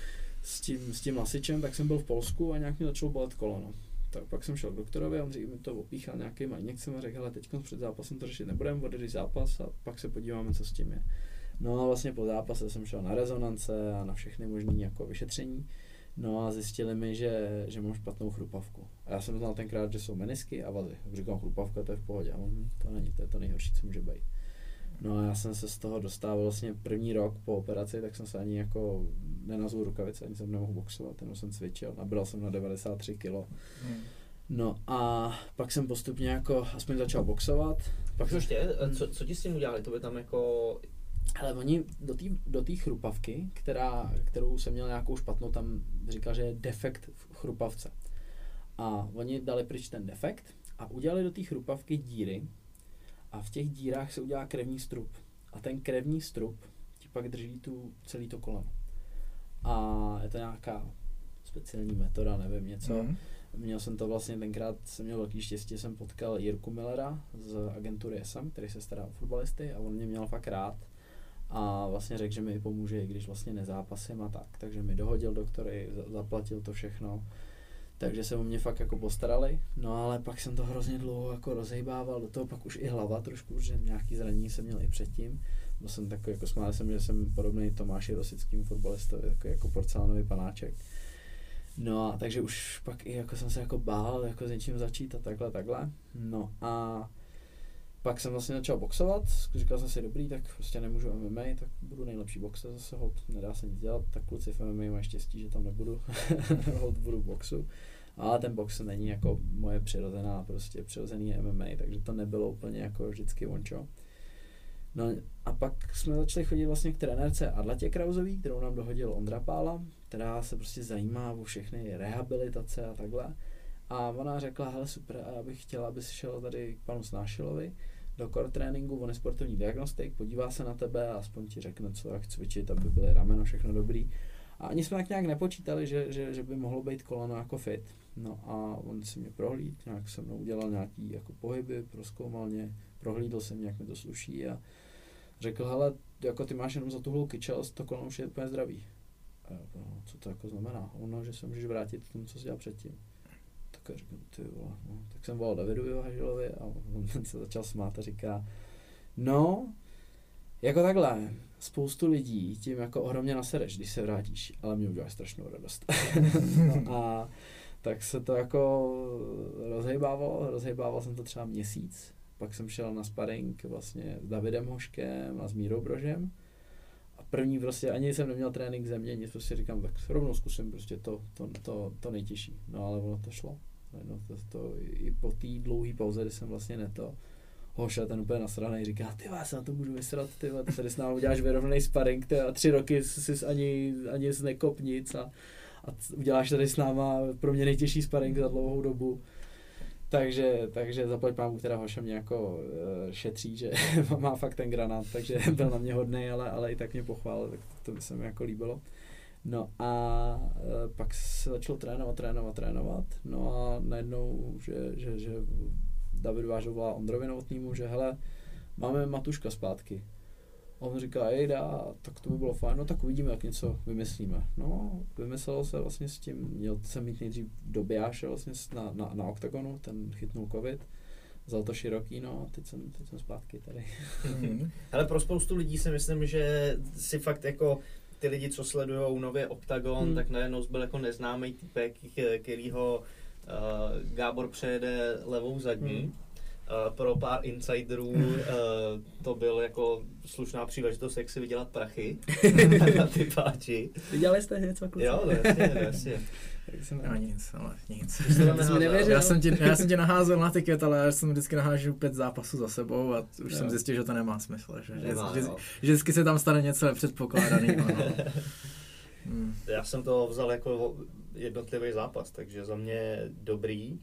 s tím Lasičem, tak jsem byl v Polsku a nějak mi začalo bolet koleno. Tak pak jsem šel k doktorovi a on mi to opíchal nějakýma injekcemi a řekl, hele, teď před zápasem to řešit nebudeme, odejdi zápas a pak se podíváme, co s tím je. No a vlastně po zápase jsem šel na rezonance a na všechny možné jako vyšetření. No a zjistili mi, že mám špatnou chrupavku. A já jsem znal tenkrát, že jsou menisky a vazy. Říkám, chrupavka, to je v pohodě. A on, to není, to je to nejhorší, co může být. No a já jsem se z toho dostával vlastně první rok po operaci, tak jsem se ani jako nenazul rukavice, ani jsem nemohl boxovat, jenom jsem cvičil, nabral jsem na 93 kg. No a pak jsem postupně jako aspoň začal boxovat. Pak co ti s tím udělali? To by tam jako... Ale oni do té chrupavky, kterou jsem měl nějakou špatnou, tam říkal, že je defekt v chrupavce. A oni dali pryč ten defekt a udělali do té chrupavky díry a v těch dírách se udělá krevní strup. A ten krevní strup ti pak drží celý to koleno. A je to nějaká speciální metoda, nevím, něco. Měl jsem to vlastně tenkrát, jsem měl velký štěstí, jsem potkal Jirku Millera z agentury SM, který se stará o fotbalisty a on mě měl fakt rád. A vlastně řekl, že mi pomůže, i když vlastně nezápasím a tak. Takže mi dohodil doktory, zaplatil to všechno. Takže se o mě fakt jako postarali. No ale pak jsem to hrozně dlouho jako rozhejbával, do toho pak už i hlava trošku, že nějaký zranění jsem měl i předtím. Byl jsem takový, jako smál jsem, že jsem podobný Tomáši Rosickým fotbalistovi, takový jako porcelánový panáček. No a takže už pak i jako jsem se jako bál jako s něčím začít a takhle. No a pak jsem vlastně začal boxovat, říkal jsem si dobrý, tak prostě nemůžu MMA, tak budu nejlepší boxer zase, hod, nedá se nic dělat, tak kluci v MMA mají štěstí, že tam nebudu, hod budu boxu. Ale ten box není jako moje přirozený MMA, takže to nebylo úplně jako vždycky ončo. No a pak jsme začali chodit vlastně k trenérce Adlatě Krauzový, kterou nám dohodil Ondra Pála, která se prostě zajímá o všechny rehabilitace a takhle. A ona řekla, hele super, a já bych chtěla, abys šel tady k panu Snášilovi do core tréninku, on je sportovní diagnostik, podívá se na tebe a aspoň ti řekne, co jak cvičit, aby byly rameno, všechno dobrý. A ani jsme tak nějak nepočítali, že by mohlo být koleno jako fit. No a on si mě prohlídl, nějak se mnou udělal nějaký jako pohyby, prozkoumal mě, prohlídl jsem, jak mi to sluší a řekl, hele, jako ty máš jenom za tu hlou kyčelst, to koleno už je úplně zdravý. A já, no, co to jako znamená? Ono, že se můžeš vrátit k tomu, co jsi dělal předtím. Tak já říkám, ty vole, no. Tak jsem volal Davidu Johažilovi a on se začal smát a říká, no, jako takhle, spoustu lidí tím jako ohromně nasereš, když se vrátíš, ale mě uděláš strašnou radost. No a tak se to jako rozhejbával jsem to třeba měsíc, pak jsem šel na sparring vlastně s Davidem Hoškem a s Mírou Brožem a první prostě, ani jsem neměl trénink země, nic prostě říkám, tak rovnou zkusím prostě to nejtěžší, no ale ono to šlo. No, to i po té dlouhé pauze, kdy jsem vlastně Hoša ten úplně nasranej, říká, ty já se na to můžu vysrat, ty tady s námi uděláš vyrovnaný sparring, a 3 roky jsi ani nekop nic a uděláš tady s náma pro mě nejtěžší sparring za dlouhou dobu. takže zaplať pámu, která Hoša mě jako šetří, že má fakt ten granát, takže byl na mě hodnej, ale i tak mě pochválil, tak to by se mi jako líbilo. No a pak se začalo trénovat, no a najednou, že David Vážov volá Ondrovi Novotnýmu, že hele, máme Matuška zpátky. A on říká, jejda, tak to by bylo fajn, no tak uvidíme, jak něco vymyslíme. No, vymyslelo se vlastně s tím, měl jsem mít nejdřív do Biáše vlastně na OKTAGONu, ten chytnul covid, vzal to široký, no a teď jsem zpátky tady. Ale pro spoustu lidí si myslím, že si fakt jako ty lidi, co sledujou nově OKTAGON, tak najednou byl jako neznámý typek, kterýho Gábor přejede levou zadní. Pro pár insiderů to byl jako slušná příležitost, jak si vydělat prachy na ty páči. Vydělali jste něco, kluci? Jo, jasně. No nic, ale nic. Já jsem tě naházel na tiket, ale já jsem vždycky nahážil 5 zápasů za sebou a už jsem zjistil, že to nemá smysl. Vždycky se tam stane něco nepředpokládaného. No. Já jsem to vzal jako jednotlivý zápas, takže za mě dobrý.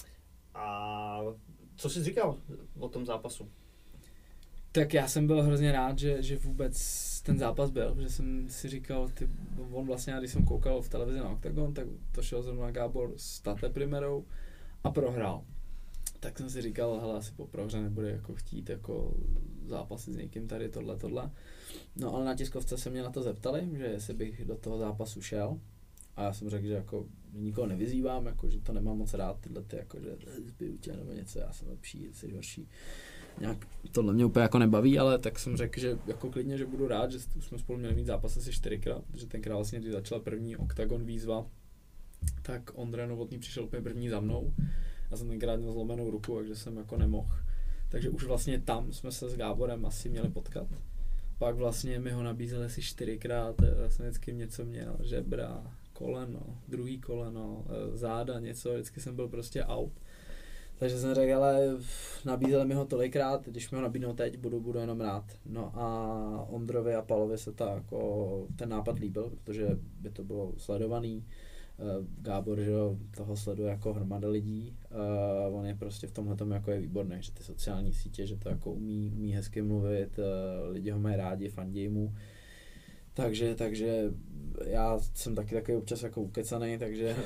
A co jsi říkal o tom zápasu? Tak já jsem byl hrozně rád, že vůbec ten zápas byl, že jsem si říkal, on vlastně, když jsem koukal v televizi na OKTAGON, tak to šel zrovna Gábor s Tate Primerou a prohrál. Tak jsem si říkal, hele, asi po prohře nebude jako chtít jako zápasy s někým tady tohle. No ale na tiskovce se mě na to zeptali, že jestli bych do toho zápasu šel. A já jsem řekl, že jako nikoho nevyzývám, jako, že to nemám moc rád, tyhle ty, jako, že zbiju tě nebo něco, já jsem lepší, jsi horší. Nějak tohle mě úplně jako nebaví, ale tak jsem řekl, že jako klidně, že budu rád, že jsme spolu měli mít zápas asi 4krát, že tenkrát vlastně, když začala první OKTAGON výzva, tak Ondra Novotný přišel úplně první za mnou. Já jsem tenkrát měl zlomenou ruku, takže jsem jako nemohl. Takže už vlastně tam jsme se s Gáborem asi měli potkat. Pak vlastně mi ho nabízeli asi 4krát, já jsem vždycky něco měl, žebra, koleno, druhý koleno, záda, něco, vždycky jsem byl prostě out. Takže jsem řekl, ale nabízeli mi ho tolikrát, když mi ho nabídnou teď, budu jenom rád. No a Ondrovi a Palovi se ten nápad líbil, protože by to bylo sledovaný. Gábor, že toho sleduje jako hromada lidí, on je prostě v tomhletom jako je výborný, že ty sociální sítě, že to jako umí hezky mluvit, lidi ho mají rádi, fandí mu. Takže já jsem taky občas jako ukecanej, takže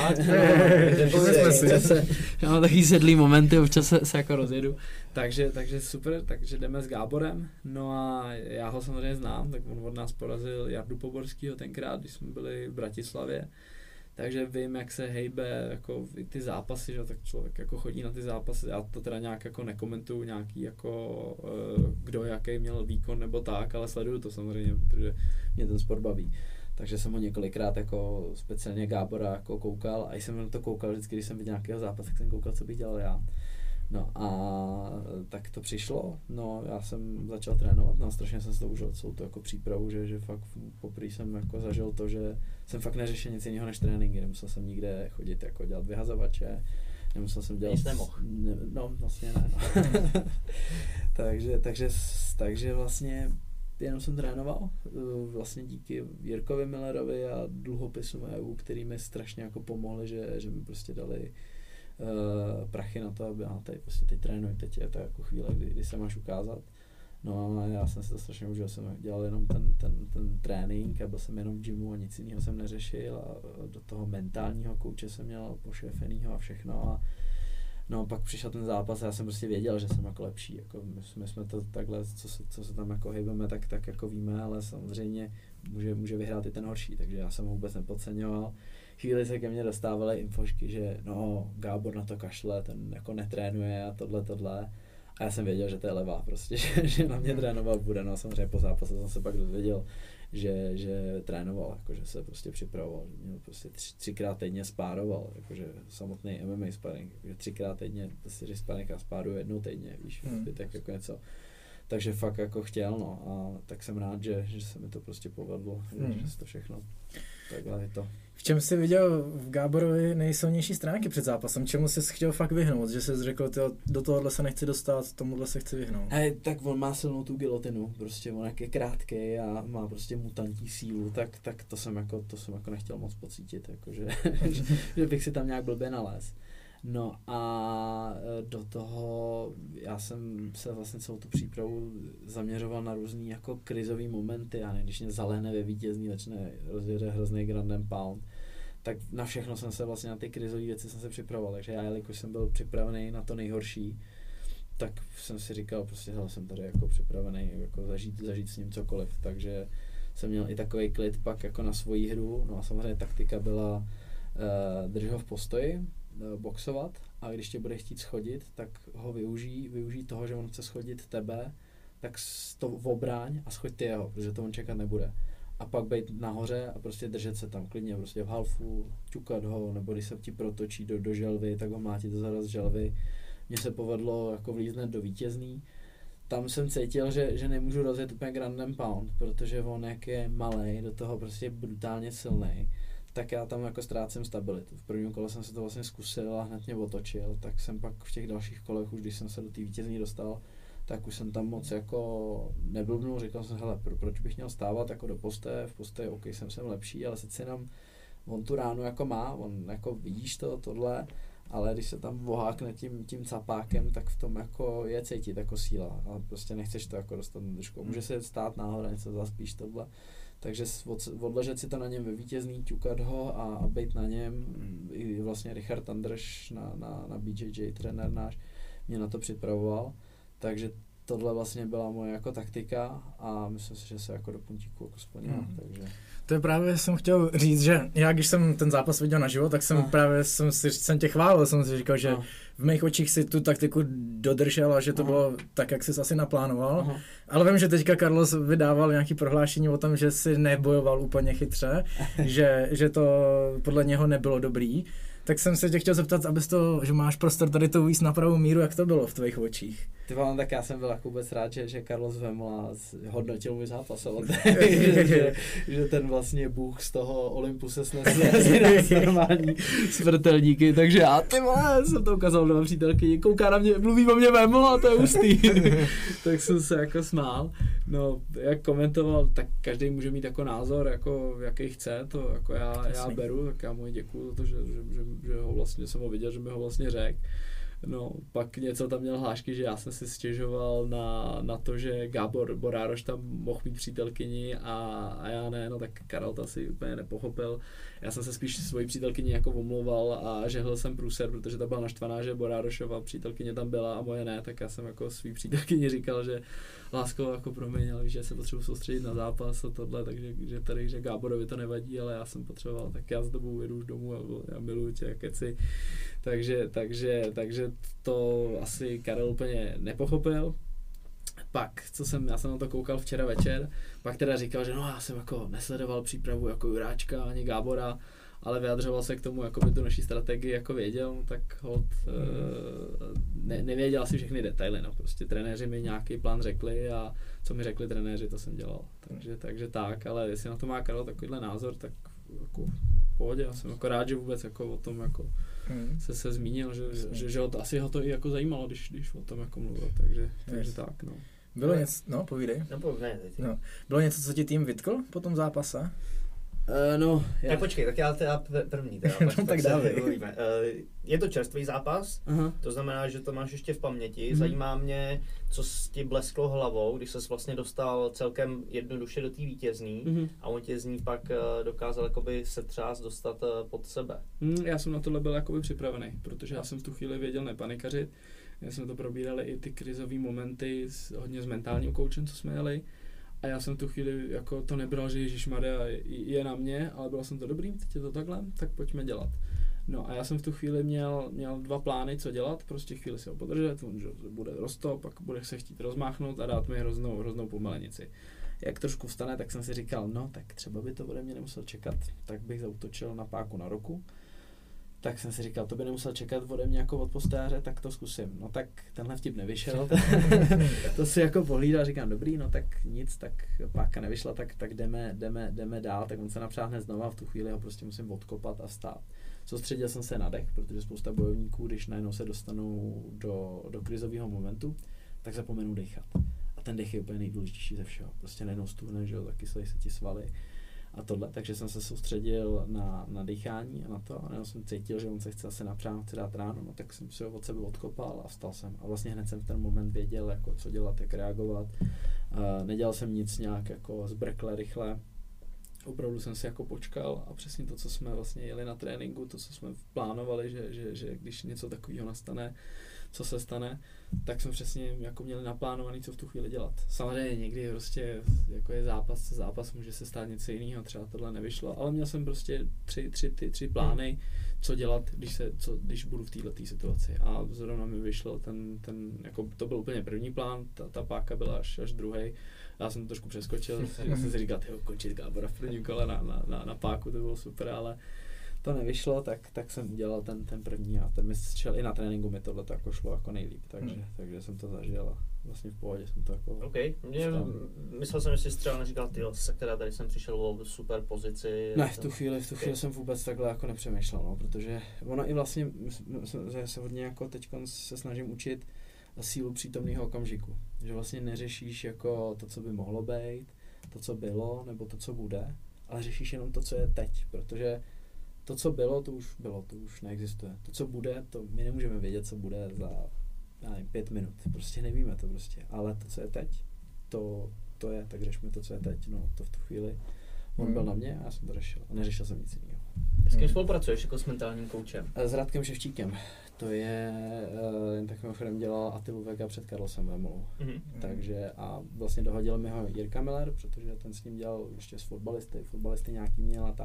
já mám takový sedlý momenty, občas se jako rozjedu, takže super, takže jdeme s Gáborem, no a já ho samozřejmě znám, tak on od nás porazil Jardu Poborskýho tenkrát, když jsme byli v Bratislavě, takže vím, jak se hejbe jako ty zápasy, že tak člověk jako chodí na ty zápasy, já to teda nějak jako nekomentuju nějaký jako kdo jaký měl výkon nebo tak, ale sleduju to samozřejmě, protože mě ten sport baví. Takže jsem ho několikrát jako speciálně Gábora jako koukal a jsem na to koukal vždycky, když jsem viděl nějakého zápasu, tak jsem koukal, co bych dělal já. No a tak to přišlo, no já jsem začal trénovat, no strašně jsem se to užil, celou tu jako přípravu, že fakt poprvé jsem jako zažil to, že jsem fakt neřešil nic jiného než tréninky, nemusel jsem nikde chodit jako dělat vyhazovače, nemusel jsem dělat... Nic nemohl. No vlastně ne, no. takže vlastně jenom jsem trénoval, vlastně díky Jirkovi Millerovi a dluhopisu EU, který mi strašně jako pomohli, že mi prostě dali prachy na to, aby tady prostě teď trénuj, teď je to jako chvíle, kdy se máš ukázat. No a já jsem si to strašně užil, jsem dělal jenom ten trénink a byl jsem jenom v gymu a nic jiného jsem neřešil a do toho mentálního kouče jsem měl pošefenýho a všechno a no pak přišel ten zápas a já jsem prostě věděl, že jsem jako lepší, jako my jsme to takhle, co se tam jako hejbeme, tak jako víme, ale samozřejmě může vyhrát i ten horší, takže já jsem ho vůbec nepodceňoval. Chvíli se ke mně dostávaly infošky, že no, Gábor na to kašle, ten jako netrénuje a tohle. A já jsem věděl, že to je levá prostě, že na mě trénovat bude. No a samozřejmě po zápase jsem se pak dozvěděl, že trénoval, jakože se prostě připravoval, že měl prostě 3krát týdně spároval, jakože samotný MMA sparring, jakože 3krát týdně, prostě že sparring a spáruje jednou týdně, víš, tak jako něco. Takže fakt jako chtěl, no a tak jsem rád, že se mi to prostě povedlo, že se to všechno, takhle je to. V čem jsi viděl v Gáborovi nejsilnější stránky před zápasem? Čemu jsi chtěl fakt vyhnout? Že jsi řekl, do tohohle se nechci dostat, tomuhle se chci vyhnout? Tak on má silnou tu gilotinu, prostě on jak je krátkej a má prostě mutantní sílu, tak to jsem jako nechtěl moc pocítit, jako že bych si tam nějak blbě nalez. No a do toho já jsem se vlastně celou tu přípravu zaměřoval na různý jako krizový momenty, a když mě zalehne ve vítězní, začne rozjede hrozný Grand and Pound, tak na všechno jsem se vlastně, na ty krizové věci jsem se připravoval, takže já, jelikož jsem byl připravený na to nejhorší, tak jsem si říkal, prostě jsem tady jako připravený jako zažít s ním cokoliv, takže jsem měl i takový klid pak jako na svoji hru, no a samozřejmě taktika byla drž ho v postoji, boxovat, a když tě bude chtít schodit, tak ho využij toho, že on chce schodit tebe, tak to obráň a schoď ty jeho, protože to on čekat nebude. A pak být nahoře a prostě držet se tam klidně, prostě v halfu, ťukat ho, nebo když se ti protočí do želvy, tak ho mlátit do zaraz želvy. Mně se povedlo jako vlíznout do vítězný. Tam jsem cítil, že nemůžu rozjet úplně Grand and Pound, protože on jak je malej, do toho prostě brutálně silnej, tak já tam jako ztrácím stabilitu. V prvním kole jsem se to vlastně zkusil a hned mě otočil, tak jsem pak v těch dalších kolech, už když jsem se do té vítězní dostal, tak už jsem tam moc jako neblbnul, říkal jsem, hele, proč bych měl stávat jako do postoje, v postoji OK, jsem lepší, ale sice jenom on tu ránu jako má, on jako vidíš tohle, ale když se tam vohákne tím capákem, tak v tom jako je cítit jako síla a prostě nechceš to jako dostat na držku. Může se stát náhodou, něco zaspíš tohle. Takže odležet si to na něm ve vítězný, ťukat ho a být na něm. I vlastně Richard Andrš na BJJ, trenér náš, mě na to připravoval. Takže tohle vlastně byla moje jako taktika a myslím si, že se jako do puntíku jako splnila. Takže. To je právě, jsem chtěl říct, že já když jsem ten zápas viděl naživo, tak jsem tě chválil, jsem si říkal, že v mých očích si tu taktiku dodržel a že to bylo tak, jak jsi asi naplánoval. Ale vím, že teďka Carlos vydával nějaké prohlášení o tom, že si nebojoval úplně chytře, že to podle něho nebylo dobrý. Tak jsem se tě chtěl zeptat, že máš prostor tady to uvíct na pravou míru, jak to bylo v tvých očích. Ty vám, tak já jsem byl jako vůbec rád, že Carlos Vemola hodnotil můj zápas, že ten vlastně bůh z toho Olympu se snesl normální smrtelníky, takže já ty vole, jsem to ukázal do přítelkyni, kouká na mě, mluví o mě Vemola, to je hustý. Tak jsem se jako smál. No, jak komentoval, tak každý může mít jako názor, jako jaký chce, to jako já beru, tak já mu děkuju za to, že ho vlastně, jsem ho viděl, že mi ho vlastně řekl. No, pak něco tam měl hlášky, že já jsem si stěžoval na to, že Gábor Borároš tam mohl mít přítelkyni a já ne, no tak Karel to asi úplně nepochopil. Já jsem se spíš svojí přítelkyni jako omlouval a žehl jsem průser, protože ta byla naštvaná, že Borárošova přítelkyně tam byla a moje ne, tak já jsem jako svý přítelkyni říkal, že lásko, jako promiň, ale že se potřebuji soustředit na zápas a tohle, takže že Gáborovi to nevadí, ale já jsem potřeboval, tak já s tebou jedu už domů a já miluji tě, keci. Takže to asi Karel úplně nepochopil. Pak, já jsem na to koukal včera večer, pak teda říkal, že no já jsem jako nesledoval přípravu jako Juráčka ani Gábora, ale vyjadřoval se k tomu, jako by tu naší strategii jako věděl, tak nevěděl asi všechny detaily, no prostě trenéři mi nějaký plán řekli a co mi řekli trenéři, to jsem dělal, takže tak, ale jestli na to má Karel takovýhle názor, tak jako v pohodě, já jsem jako rád, že vůbec jako o tom jako se zmínil, že asi ho to i jako zajímalo, když o tom jako mluvil, takže tak, no. Bylo něco, no povídej. No, bylo něco, co ti tým vytkl po tom zápase? No, já. Počkej, tak já teda první. Tak dávej. Je to čerstvý zápas, to znamená, že to máš ještě v paměti. Zajímá mě, co ti blesklo hlavou, když ses vlastně dostal celkem jednoduše do té vítězný a on tě z ní pak dokázal jakoby setřást, dostat pod sebe. Já jsem na tohle byl jakoby připravený, protože já jsem v tu chvíli věděl nepanikařit. Já jsme to probírali i ty krizové momenty hodně s mentálním koučem, co jsme jeli. A já jsem v tu chvíli jako to nebral, že ježišmarja je na mě, ale byl jsem to dobrý, teď je to takhle, tak pojďme dělat. No a já jsem v tu chvíli měl 2 plány, co dělat, prostě chvíli si ho podržet, on že bude roztop, pak bude se chtít rozmáchnout a dát mi hroznou pomelenici. Jak trošku vstane, tak jsem si říkal, no tak třeba by to ode mě nemusel čekat, tak bych zaútočil na páku na ruku. Tak jsem si říkal, to by nemusel čekat ode mě jako od postáře, tak to zkusím. No tak tenhle vtip nevyšel, to si jako pohlídal, říkám, dobrý, no tak nic, tak páka nevyšla, tak jdeme dál, tak on se napřáhne znova, v tu chvíli ho prostě musím odkopat a stát. Soustředil jsem se na dech, protože spousta bojovníků, když najednou se dostanou do krizového momentu, tak zapomenou dechat. A ten dech je úplně nejdůležitější ze všeho. Prostě najednou stuhneš, že jo, taky se ti svaly. a tohle, takže jsem se soustředil na dýchání a na to, a jsem cítil, že on se chce asi napřát, chce dát ráno, no tak jsem si ho od sebe odkopal a vstal jsem. A vlastně hned jsem v ten moment věděl, jako co dělat, jak reagovat. Nedělal jsem nic nějak jako zbrkle, rychle. Opravdu jsem si jako počkal a přesně to, co jsme vlastně jeli na tréninku, to, co jsme plánovali, že když něco takového nastane, co se stane, tak jsme přesně jako měli naplánovaný, co v tu chvíli dělat. Samozřejmě někdy prostě jako je zápas, může se stát něco jiného, třeba tohle nevyšlo, ale měl jsem prostě tři plány, co dělat, když budu v této situaci. A zrovna mi vyšlo jako to byl úplně první plán, ta páka byla až druhý. Já jsem to trošku přeskočil, jsem si říkal, končit Gábora v prvním kole na páku, to bylo super, ale to nevyšlo, tak jsem udělal ten první a ten mi šel i na tréninku, mi tohle jako šlo jako nejlíp, takže jsem to zažil a vlastně v pohodě jsem to jako... OK, myslel jsem, že jsi třeba neříkal, sakra, tady jsem přišel o super pozici. Ne, v tu chvíli jsem vůbec takhle jako nepřemýšlel, no, protože ono i vlastně, že se hodně jako teď se snažím učit sílu přítomného okamžiku, že vlastně neřešíš jako to, co by mohlo být, to, co bylo, nebo to, co bude, ale řešíš jenom to, co je teď, protože to, co bylo, to už neexistuje. To, co bude, to my nemůžeme vědět, co bude za 5 minut. Prostě nevíme to prostě. Ale to, co je teď, to je, tak řešme to, co je teď. No, to v tu chvíli. On byl na mě a já jsem to řešil. A neřešil jsem nic jiného. S kým spolupracuješ jako s mentálním koučem? S Radkem Ševčíkem. To je, jen tak mimochodem dělal Atilu Vega před Karlosem Vémolou. Takže a vlastně dohodil mi ho Jirka Miller, protože ten s ním dělal ještě s fotbalisty nějaký měl a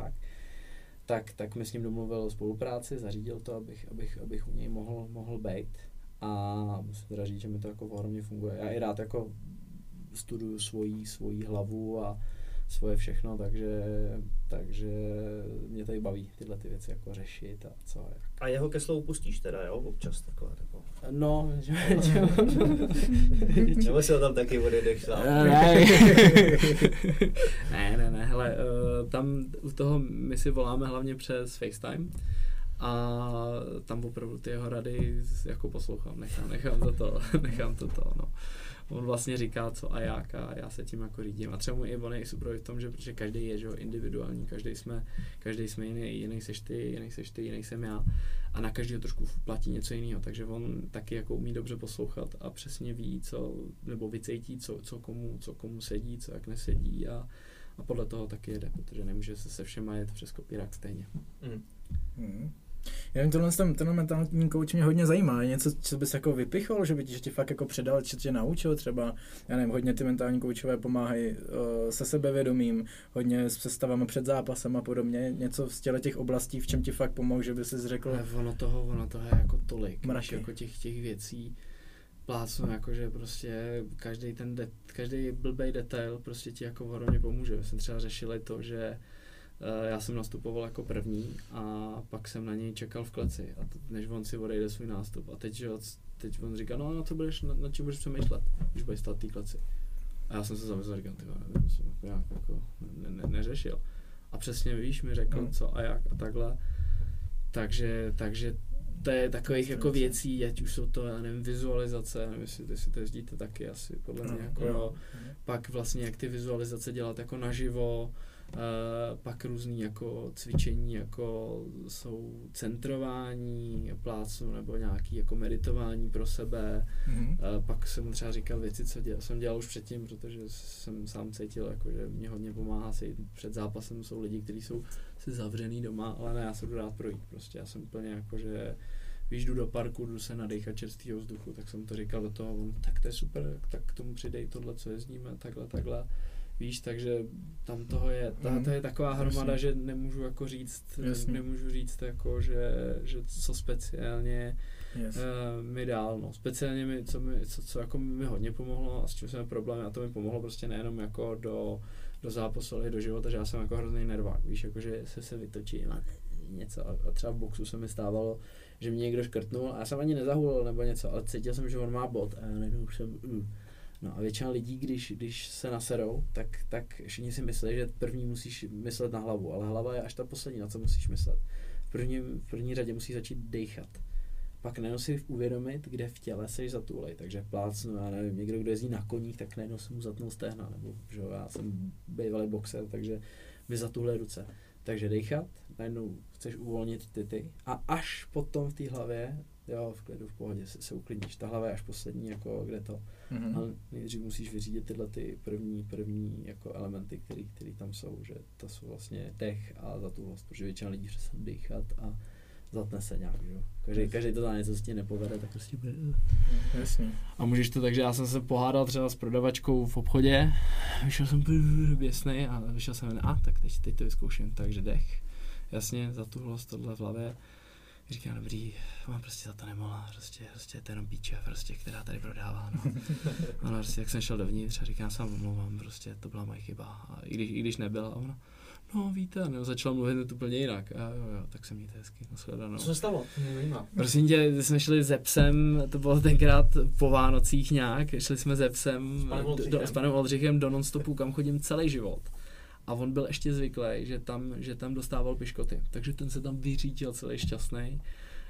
tak mi s ním domluvil o spolupráci, zařídil to, abych u něj mohl být. A musím teda říct, že mi to jako ohromně funguje. Já i rád jako studuju svoji hlavu a svoje všechno, takže mě tady baví tyhle ty věci jako řešit a co a jak. A jeho ke slovu pustíš teda, jo? Občas takhle, jako. No, Nebo si ho tam taky odjedeš sám? Ne, hele, tam u toho my si voláme hlavně přes FaceTime a tam opravdu ty jeho rady jako poslouchám, nechám to, no. On vlastně říká co a jak a já se tím jako řídím. A třeba i on je super v tom, že protože každý je, že jo, individuální, každý jsme jiný seš ty, jiný jsem já a na každého trošku platí něco jiného, takže on taky jako umí dobře poslouchat a přesně ví, nebo vycejtí, co komu sedí, co jak nesedí a podle toho taky jede, protože nemůže se všema jet přes kopírák stejně. Já vím, tenhle mentální kouč mě hodně zajímá. Je něco, co bys jako vypichl, že ti fakt jako předal, že tě naučil třeba, já nevím, hodně ty mentální koučové pomáhají se sebevědomím, hodně s představami před zápasem a podobně. Něco z těch oblastí, v čem ti fakt pomohl, že by si řekl... Ono toho je jako tolik, jako těch věcí plácnu, jakože prostě každý blbej detail prostě ti jako ohromně pomůže. My jsme třeba řešili to, že já jsem nastupoval jako první a pak jsem na něj čekal v kleci, a než on si odejde svůj nástup. A teď on říká, no na co budeš, na čím budeš přemýšlet, když budeš stát v té kleci. A já jsem se zamyslel a říkal, to jsem nějak jako neřešil. A přesně víš, mi řekl co a jak a takhle. Takže to je takových jako věcí, ať už jsou to, já nevím, vizualizace, nevím, jestli to jezdíte taky asi, podle mě, jako jo. Pak vlastně jak ty vizualizace dělat jako naživo, pak různý jako cvičení, jako jsou centrování plácnu nebo nějaký jako meditování pro sebe. Pak jsem třeba říkal věci, co jsem dělal už předtím, protože jsem sám cítil, jako, že mě hodně pomáhá se jít před zápasem. Jsou lidi, kteří jsou si zavřený doma, ale ne, já se jdu rád projít. Prostě já jsem úplně jako, že když jdu do parku, jdu se nadechat čerstvého vzduchu, tak jsem to říkal do toho, tak to je super, tak k tomu přidej tohle, co jezdíme, takhle. Víš, takže tam toho je, to je taková hromada, že nemůžu jako říct, jako, že co speciálně mi dál, no. Speciálně co jako mi hodně pomohlo a s čím jsem problém, a to mi pomohlo prostě nejenom jako do zápasu, ale i do života, že já jsem jako hrozný nervák, víš, jako, že se vytočím a něco a třeba v boxu se mi stávalo, že mě někdo škrtnul a já jsem ani nezahulil nebo něco, ale cítil jsem, že on má bod a já najednou už jsem No a většina lidí, když se naserou, tak všichni si myslí, že první musíš myslet na hlavu, ale hlava je až ta poslední, na co musíš myslet. V první řadě musíš začít dejchat. Pak najednou si uvědomit, kde v těle seš zatůlej, takže plácnu, já nevím, někdo, kdo jezdí na koních, tak najednou se mu zatnul stehna, nebo že já jsem bývalý boxer, takže vyzat tuhle ruce. Takže dejchat, najednou chceš uvolnit ty a až potom v té hlavě, jo, v klidu, v pohodě, se uklidníš. Ta hlava je až poslední, jako kde to. Ale nejdřív musíš vyřídit tyhle ty první jako elementy, které tam jsou, že to jsou vlastně dech a zatuhlost, protože většina lidí přesně dýchat a zatne se nějak, že jo. Každý to za něco se ti nepovede, tak prostě bude. Jasně. A můžeš to tak, že já jsem se pohádal třeba s prodavačkou v obchodě, vyšel jsem běsnej a vyšel jsem tak teď to vyzkouším, takže dech. Jasně, zatuhlost, tohle v hlavě. Říkám, dobrý, mám prostě za to nemohla, prostě je to jenom píče, prostě, která tady prodává, no. Ano, prostě, jak jsem šel dovnitř a říkám, se omlouvám, prostě, to byla moje chyba. A i když nebyla, a ona, no víte, no, začala mluvit úplně jinak. A jo, tak se mějte hezky, nashledanou. Co se stalo? Nezajímá. Prosím tě, jsme šli se psem, to bylo tenkrát po Vánocích nějak, šli jsme se psem s panem Oldřichem do non-stopu, kam chodím celý život. A on byl ještě zvyklý, že tam dostával piškoty, takže ten se tam vyřítil celý šťastný.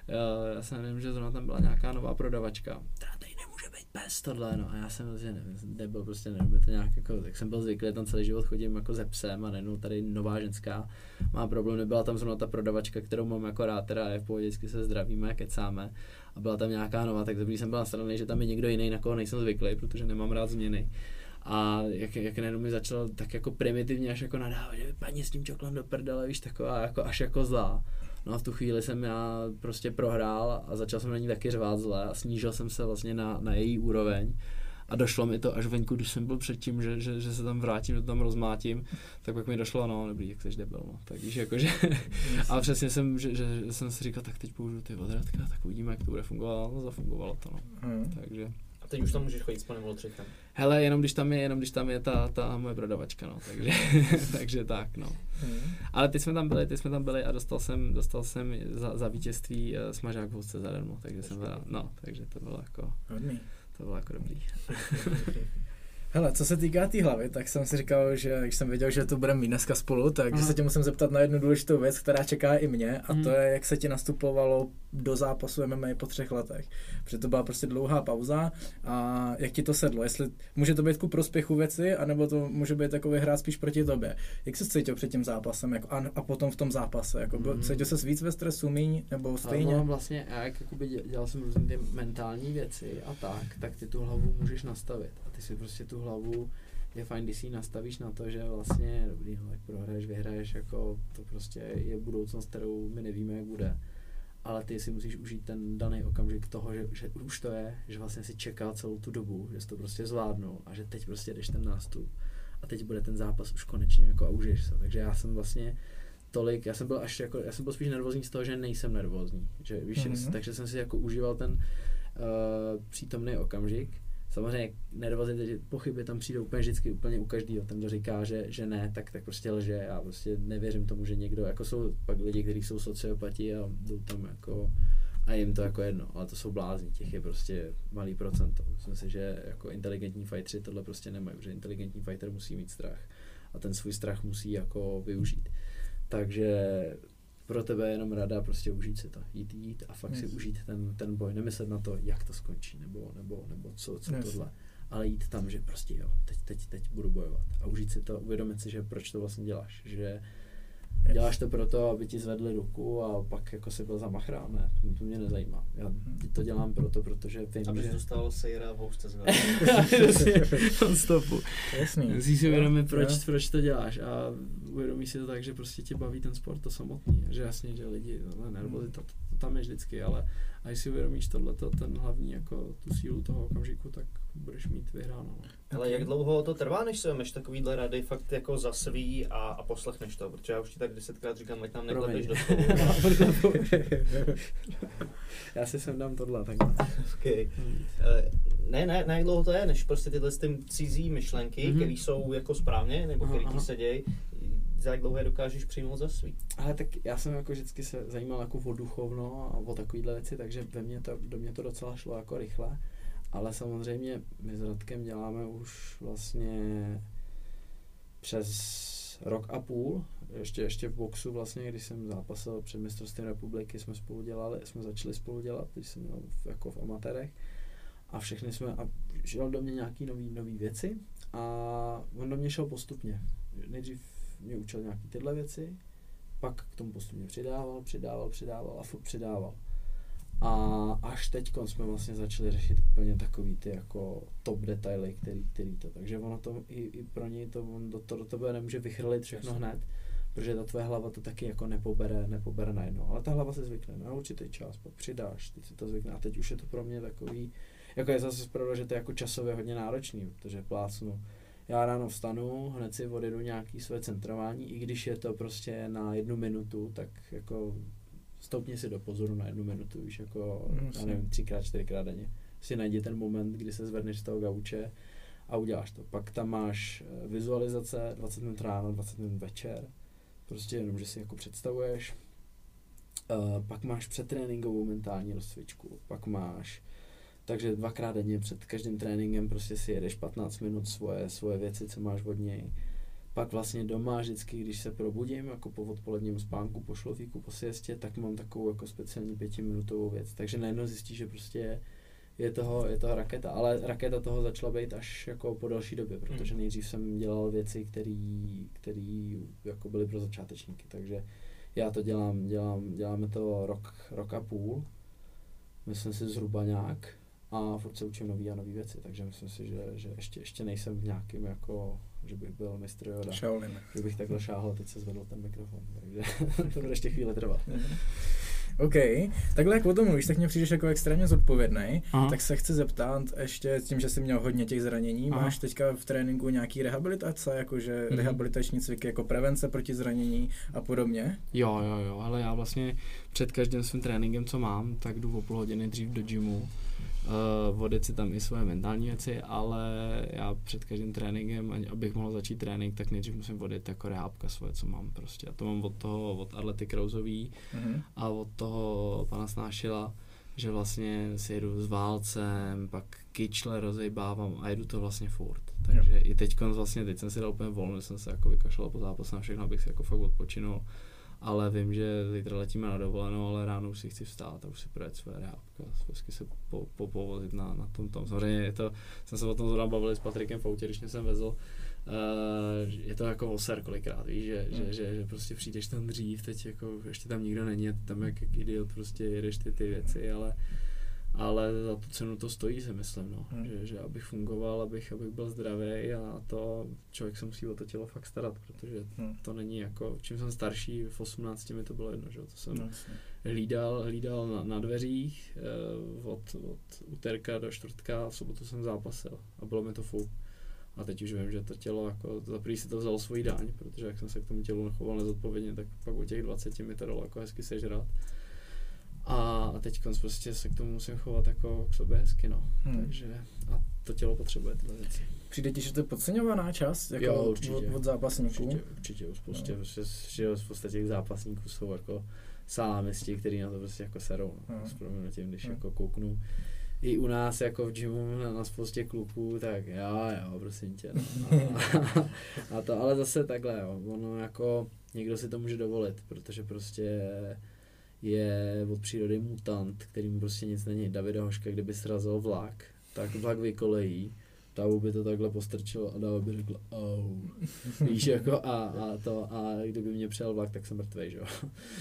Já se nevím, že zrovna tam byla nějaká nová prodavačka. Teda tady nemůže být pes tohle, no. A já jsem nebyl prostě, nevím, to nějak jako, tak jsem byl zvyklý, tam celý život chodím jako ze psem a najednou tady nová ženská má problém, nebyla tam zrovna ta prodavačka, kterou mám jako rád, teda je v pohodě, vždycky se zdravíme, kecáme. A byla tam nějaká nová, tak dobrý jsem byl nastavený, že tam je někdo jiný, na koho nejsem zvyklý, protože nemám rád změny. A jak najednou mi začalo tak jako primitivně až jako nadávat, že paní s tím čoklem do prdele, víš, taková jako až jako zlá. No a v tu chvíli jsem já prostě prohrál a začal jsem na ní taky řvát zle a snížil jsem se vlastně na její úroveň. A došlo mi to až venku, když jsem byl předtím, že se tam vrátím, že to tam rozmátím, tak pak mi došlo, no dobrý, jak jsi debil, no. Tak víš, jakože, ale přesně jsem, že jsem si říkal, tak teď použiju ty odradka, tak uvidíme, jak to bude fungovat, no zafungovalo to, no. Takže. A teď už tam můžeš chodit s panem Oldřichem. Hele, jenom když tam je ta moje prodavačka, no, takže tak, no. Ale teď jsme tam byli a dostal jsem za vítězství smažák v housce zadarmo, takže jsem teda, no, takže to bylo jako dobrý. Hele, co se týká té hlavy, tak jsem si říkal, že když jsem věděl, že to budeme mít dneska spolu, takže se tě musím zeptat na jednu důležitou věc, která čeká i mě, a to je, jak se ti nastupovalo do zápasu MMA po 3 letech. Protože to byla prostě dlouhá pauza a jak ti to sedlo, jestli může to být ku prospěchu věci, anebo to může být takový hrát spíš proti tobě. Jak jsi cítil před tím zápasem jako, a potom v tom zápase? Jako, cítil ses víc ve stresu, míň, nebo stejně? No, vlastně, jak dělal jsem různé ty mentální věci a tak ty tu hlavu můžeš nastavit. A ty si prostě tu hlavu, je fajn, když si ji nastavíš na to, že vlastně dobrý, no, tak prohraješ, vyhraješ, jako to prostě je budoucnost, kterou my nevíme, jak bude. Ale ty si musíš užít ten daný okamžik toho, že už to je, že vlastně si čekal celou tu dobu, že jsi to prostě zvládnul a že teď prostě jdeš ten nástup a teď bude ten zápas už konečně jako a užiješ se. Takže já jsem vlastně já jsem byl spíš nervózní z toho, že nejsem nervózní, že víš, takže jsem si jako užíval ten přítomný okamžik. Samozřejmě nervozity, pochyby tam přijdou úplně u každého. Ten, kdo říká, že ne, tak prostě lže. Já prostě nevěřím tomu, že někdo, jako jsou pak lidi, kteří jsou sociopati a jdou tam jako a jim to jako jedno, ale to jsou blázni, těch je prostě malý procento. Myslím si, že jako inteligentní fightři tohle prostě nemají, protože inteligentní fighter musí mít strach a ten svůj strach musí jako využít. Takže pro tebe je jenom rada prostě užít si to, jít a fakt si užít ten boj, nemyslet na to, jak to skončí, nebo co tohle, ale jít tam, že prostě jo, teď budu bojovat a užít si to, uvědomit si, že proč to vlastně děláš, že děláš to proto, aby ti zvedli ruku a pak jako si byl zamachrán, ne, to mě nezajímá. Já to dělám protože vím, abys že... dostal sejra v housce z stopu. Jasný. Musíš si uvědomit, proč to děláš a uvědomíš si to tak, že prostě tě baví ten sport, to samotný. Že jasně, že lidi, nervozita, to tam je vždycky, ale a když si uvědomíš tohleto, ten hlavní, jako tu sílu toho okamžiku, tak budeš mít vyhráno. Ale jak dlouho to trvá, než se vemeš takovýhle rady fakt jako za svý a poslechneš to? Protože já už ti tak 10krát říkám, ať nám neklepeš do stolu. Já si sem dám tohle, takhle. Okay. Ne, jak dlouho to je, než prostě tyhle cizí myšlenky, které jsou jako správně, nebo které ti se dějí, za jak dlouho je dokážeš přijmout za svý? Ale tak já jsem jako vždycky se zajímal jako o duchovno a o takovýhle věci, takže do mě to docela šlo jako rychle. Ale samozřejmě my s Radkem děláme už vlastně přes rok a půl, ještě v boxu vlastně, když jsem zápasil před mistrovstvím republiky, jsme začali spolu dělat, když jsem měl jako v amatérech a všechny a šel do mě nějaký nový věci a on do mě šel postupně. Nejdřív mě učil nějaký tyhle věci, pak k tomu postupně přidával a furt přidával. A až teď jsme vlastně začali řešit úplně takový ty jako top detaily, který to, takže ono to i pro něj to, on do tebe nemůže vychrlit všechno hned, protože ta tvoje hlava to taky jako nepobere najednou, ale ta hlava se zvykne na určitý čas, pak přidáš, ty si to zvykne a teď už je to pro mě takový, jako je zase pravda, že to je jako časově hodně náročný, protože plácnu, já ráno vstanu, hned si odjedu nějaký své centrování, i když je to prostě na 1 minutu, tak jako stoupni si do pozoru na 1 minutu, víš, jako, já nevím, 3x, 4x denně. Si najdi ten moment, kdy se zvedneš z toho gauče a uděláš to. Pak tam máš vizualizace, 20 minut ráno, 20 minut večer, prostě jenom, že si jako představuješ. Pak máš předtréninkovou mentální rozcvičku, pak máš, takže 2x denně před každým tréninkem prostě si jedeš 15 minut svoje věci, co máš od něj. Pak vlastně doma vždycky, když se probudím, jako po odpoledním spánku, po šlofíku, po siestě, tak mám takovou jako speciální 5minutovou věc. Takže najednou zjistíš, že prostě je toho raketa. Ale raketa toho začala být až jako po další době, protože nejdřív jsem dělal věci, které jako byly pro začátečníky. Takže já to děláme to rok a půl, myslím si zhruba nějak. A furt se učím nový věci, takže myslím si, že ještě nejsem v nějakým jako, že bych byl mistr Yoda. Shaolin. Že bych takhle šáhl, teď se zvedl ten mikrofon, takže to bude ještě chvíli trvat. OK, takhle jak o tom mluvíš, tak mně přijdeš jako extrémně zodpovědnej, tak se chci zeptat ještě tím, že jsi měl hodně těch zranění, máš teďka v tréninku nějaký rehabilitace, jakože rehabilitační cviky jako prevence proti zranění a podobně? Jo, ale já vlastně před každým svým tréninkem, co mám, tak jdu o půl hodiny dřív do gymu, vodit si tam i svoje mentální věci, ale já před každým tréninkem, abych mohl začít trénink, tak nejdřív musím vodit jako rehábka svoje, co mám prostě. A to mám od Arlety Krauzový a od toho pana Snášila, že vlastně si jedu s válcem, pak kyčle rozejbávám a jedu to vlastně furt. Takže i teď jsem si dal úplně volno, jsem se jako vykašlal po zápasu na všechno, abych si jako fakt odpočinul. Ale vím, že zítra letíme na dovolenou, ale ráno už si chci vstát a už si projet své rehábka, vždycky se povozit na tom. Samozřejmě jsem se o tom zrovna bavili s Patrikem v autě, když mě jsem vezl. Je to jako oser kolikrát, víš, že prostě přijdeš tam dřív, teď jako ještě tam nikdo není, tam jak idiot prostě jedeš ty věci, ale za tu cenu to stojí, si myslím, no. Že abych fungoval, abych byl zdravý a to člověk se musí o to tělo fakt starat, protože to není jako, čím jsem starší, v 18 mi to bylo jedno, že to jsem hlídal na dveřích od úterka do čtvrtka, v sobotu jsem zápasil a bylo mi to fuk. A teď už vím, že to tělo jako, za první si to vzalo svoji daň, protože jak jsem se k tomu tělu nechoval nezodpovědně, tak pak o těch 20 mi to dalo jako hezky sežrat. A teď prostě se k tomu musím chovat jako k sobě hezky, no. Takže a to tělo potřebuje tyhle věci. Přijde ti, že to je podceňovaná část jako jo, určitě, od zápasníků? Určitě. V podstatě těch zápasníků jsou jako salámisti, kteří na to prostě jako serou. No. S proměnutím, když jako kouknu i u nás jako v gymu na spoustě kluků, tak jo, prosím tě. No. A to, ale zase takhle, jo. Ono jako někdo si to může dovolit, protože prostě je od přírody mutant, kterým prostě nic není. Davida Hoška, kdyby srazil vlak, tak vlak vykolejí, Dávu by to takhle postrčil a Dáva by řekl au. Víš, jako a kdyby mě přijel vlak, tak jsem mrtvej, že jo.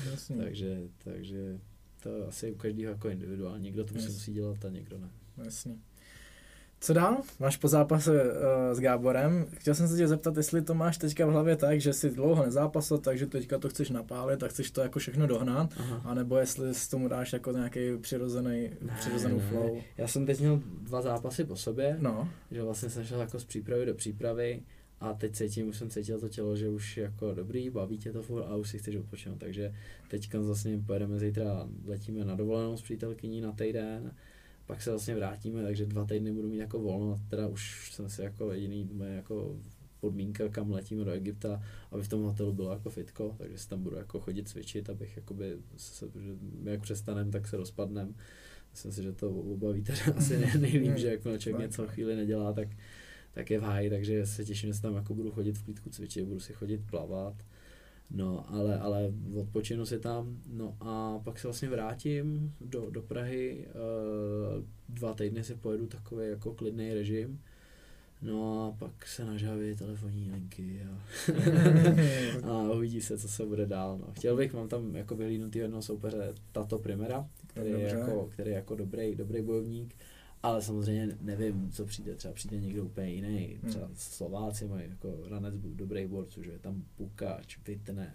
Takže to asi je u každého jako individuálně. Někdo to musí dělat a někdo ne. Jasný. Co dál? Máš po zápase s Gáborem. Chtěl jsem se tě zeptat, jestli to máš teďka v hlavě tak, že jsi dlouho nezápasil, takže teďka to chceš napálit a chceš to jako všechno dohnat, anebo jestli s tomu dáš jako nějaký přirozenou flow. Já jsem teď měl 2 zápasy po sobě, že vlastně jsem šel jako z přípravy do přípravy a teď už jsem cítil to tělo, že už jako dobrý, baví tě to furt a už si chceš odpočinout, takže teďka vlastně pojedeme zítra, letíme na dovolenou s přítelkyní na týden, pak se vlastně vrátíme, takže 2 týdny budu mít jako volno, teda už jsem si jako jediný moje jako podmínka, kam letíme do Egypta, aby v tom hotelu bylo jako fitko, takže si tam budu jako chodit cvičit, abych jakoby, jak přestanem, tak se rozpadnem. Myslím si, že to obaví teda asi nejlíp, že jak člověk něco chvíli nedělá, tak je v háji, takže se těším, že se tam jako budu chodit v klídku cvičit, budu si chodit plavat. No, ale odpočinu si tam, no a pak se vlastně vrátím do Prahy, 2 týdny si pojedu takový jako klidný režim, No a pak se nažáví telefonní linky a uvidí se, co se bude dál. No. Chtěl bych, mám tam jako vyhlídnutý jednoho soupeře Tato Primera, který je jako dobrý bojovník, ale samozřejmě nevím, co přijde, třeba přijde někdo úplně jiný, třeba Slováci mají jako ranec dobrý borců, že je tam Pukač, Wittner,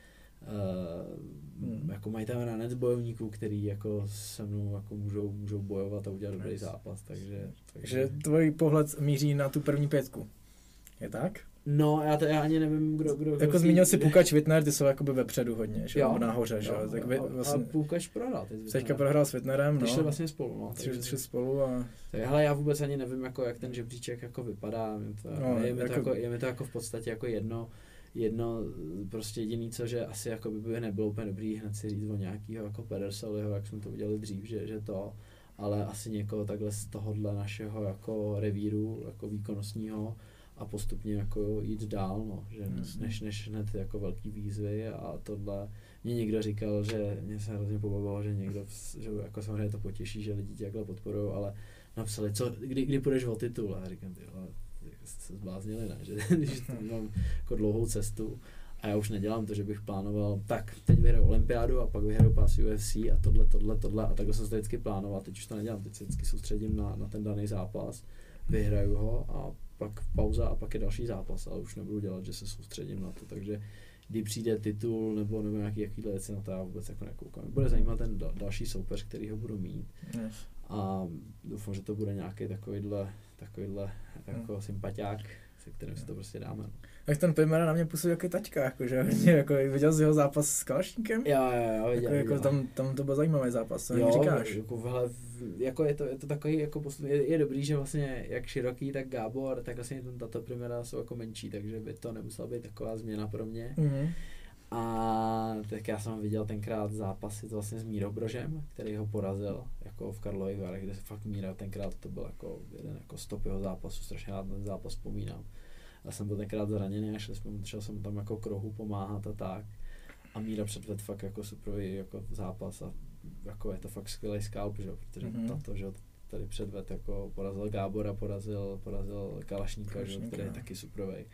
jako mají tam ranec bojovníků, který jako se mnou jako můžou bojovat a udělat dobrý zápas, takže tvůj pohled míří na tu první pětku, je tak? No, já ani nevím, kdo jako zmínil si Pukač, Wittner, ty jsou jakoby vepředu hodně, že jo, nahoře, že jo. Tak vlastně, a Pukač prohrál teď. Teďka prohrál s Wittnerem, no. Ty šli vlastně spolu, no. Šli spolu a... Tak, hele, já vůbec ani nevím, jako, jak ten žebříček jako vypadá, je mi to jako v podstatě jako jedno prostě jediný, co, že asi jako by nebylo úplně dobrý hned si říct o nějakýho jako Pederseliho, jak jsme to udělali dřív, že to, ale asi někoho takhle z tohohle našeho jako revíru, jako výkonnostního, a postupně jako jít dál, no, že než hned jako velký výzvy a tohle. Mě někdo říkal, že mě se hrozně pobavilo, že někdo, že jako samozřejmě to potěší, že lidi tě takhle podporujou, ale napsali, kdy půjdeš o titul, a já říkám, tyhle, jste se zbláznili, ne, že když mám jako dlouhou cestu a já už nedělám to, že bych plánoval, tak teď vyhraju olympiádu a pak vyhraju pás UFC a tohle a takhle jsem to vždycky plánoval, teď už to nedělám, teď se vždycky soustředím na ten daný zápas, vyhraju ho a pak pauza a pak je další zápas, ale už nebudu dělat, že se soustředím na to, takže kdy přijde titul nebo jakýhle věci, na to já vůbec jako nekoukám. Bude zajímat ten další soupeř, který ho budu mít a doufám, že to bude nějaký takovýhle jako sympatiák, se kterým si to prostě dáme. Tak ten Primera na mě působí jako taťka, jakože jako viděl jsi jeho zápas s Kalašníkem? Jo, viděl. Jako tam to byl zajímavý zápas, co mi říkáš? Jako je to takový jako postup, je dobrý, že vlastně jak Široký, tak Gábor, tak vlastně ten Tato Primera jsou jako menší, takže by to nemusela být taková změna pro mě. A tak já jsem viděl tenkrát zápasy vlastně s Mírou Brožem, který ho porazil jako v Karlových Varech, kde se fakt Míra tenkrát to byl jako jeden jako stop jeho zápasu, strašně rád ten zápas vzpomínám. Já jsem byl tenkrát zraněný a šel jsem tam jako k rohu pomáhat a tak. A Míra předvedl fakt jako superový jako zápas a jako je to fakt skvělý scalp, že? Protože Tato, že tady předvedl jako porazil Gábora, porazil Kalašníka, že? Který je taky superový.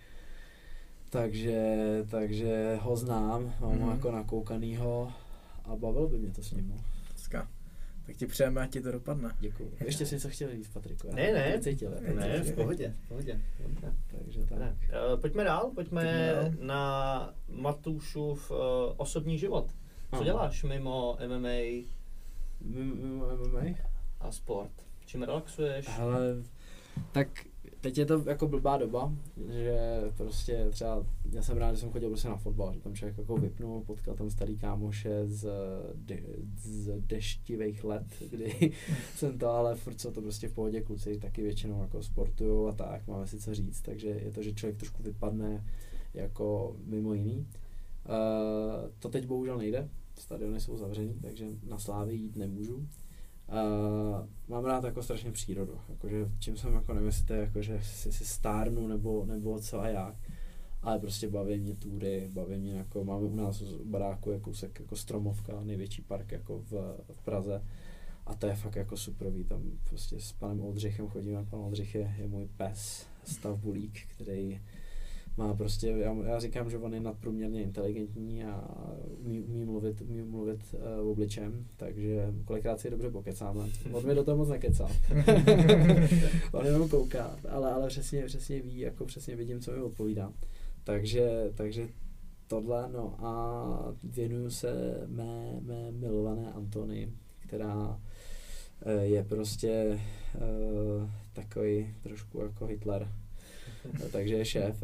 Takže ho znám, mám ho jako nakoukanýho a bavilo by mě to s ním. Tak ti přejeme, ať ti to dopadne. Děkuju. Ještě jsi něco chtěl říct, Patriku? Ne, v pohodě. Takže tak. Pojďme dál, pojďme na Matoušův osobní život. Co děláš mimo MMA? Mimo MMA? A sport. Čím relaxuješ? Hele, tak teď je to jako blbá doba, že prostě třeba, já jsem rád, že jsem chodil prostě na fotbal, že tam člověk jako vypnul, potkal tam starý kámoše z deštivých let, kdy jsem to, ale furt jsou to prostě v pohodě, kluci taky většinou jako sportujou a tak, máme si co říct, takže je to, že člověk trošku vypadne jako mimo jiný. To teď bohužel nejde, stadiony jsou zavřený, takže na Slávy jít nemůžu. Mám rád jako strašně přírodu, jakože čím jsem jako nevím, jestli to je jako, že si stárnu nebo co a jak, ale prostě baví mě túry, baví mě jako, máme u nás v baráku je kousek jako Stromovka, největší park jako v Praze a to je fakt jako superový, tam prostě s panem Oldřichem chodíme, pan Oldřich je můj pes, stavbulík, který má prostě, já říkám, že on je nadprůměrně inteligentní a umí mluvit obličem, takže kolikrát si je dobře pokecáme. On mi do toho moc nekecá. On jenom kouká, ale přesně ví, jako přesně vidím, co mi odpovídá. Takže tohle, no a věnuju se mé milované Antony, která je prostě takový trošku jako Hitler. Takže je šéf.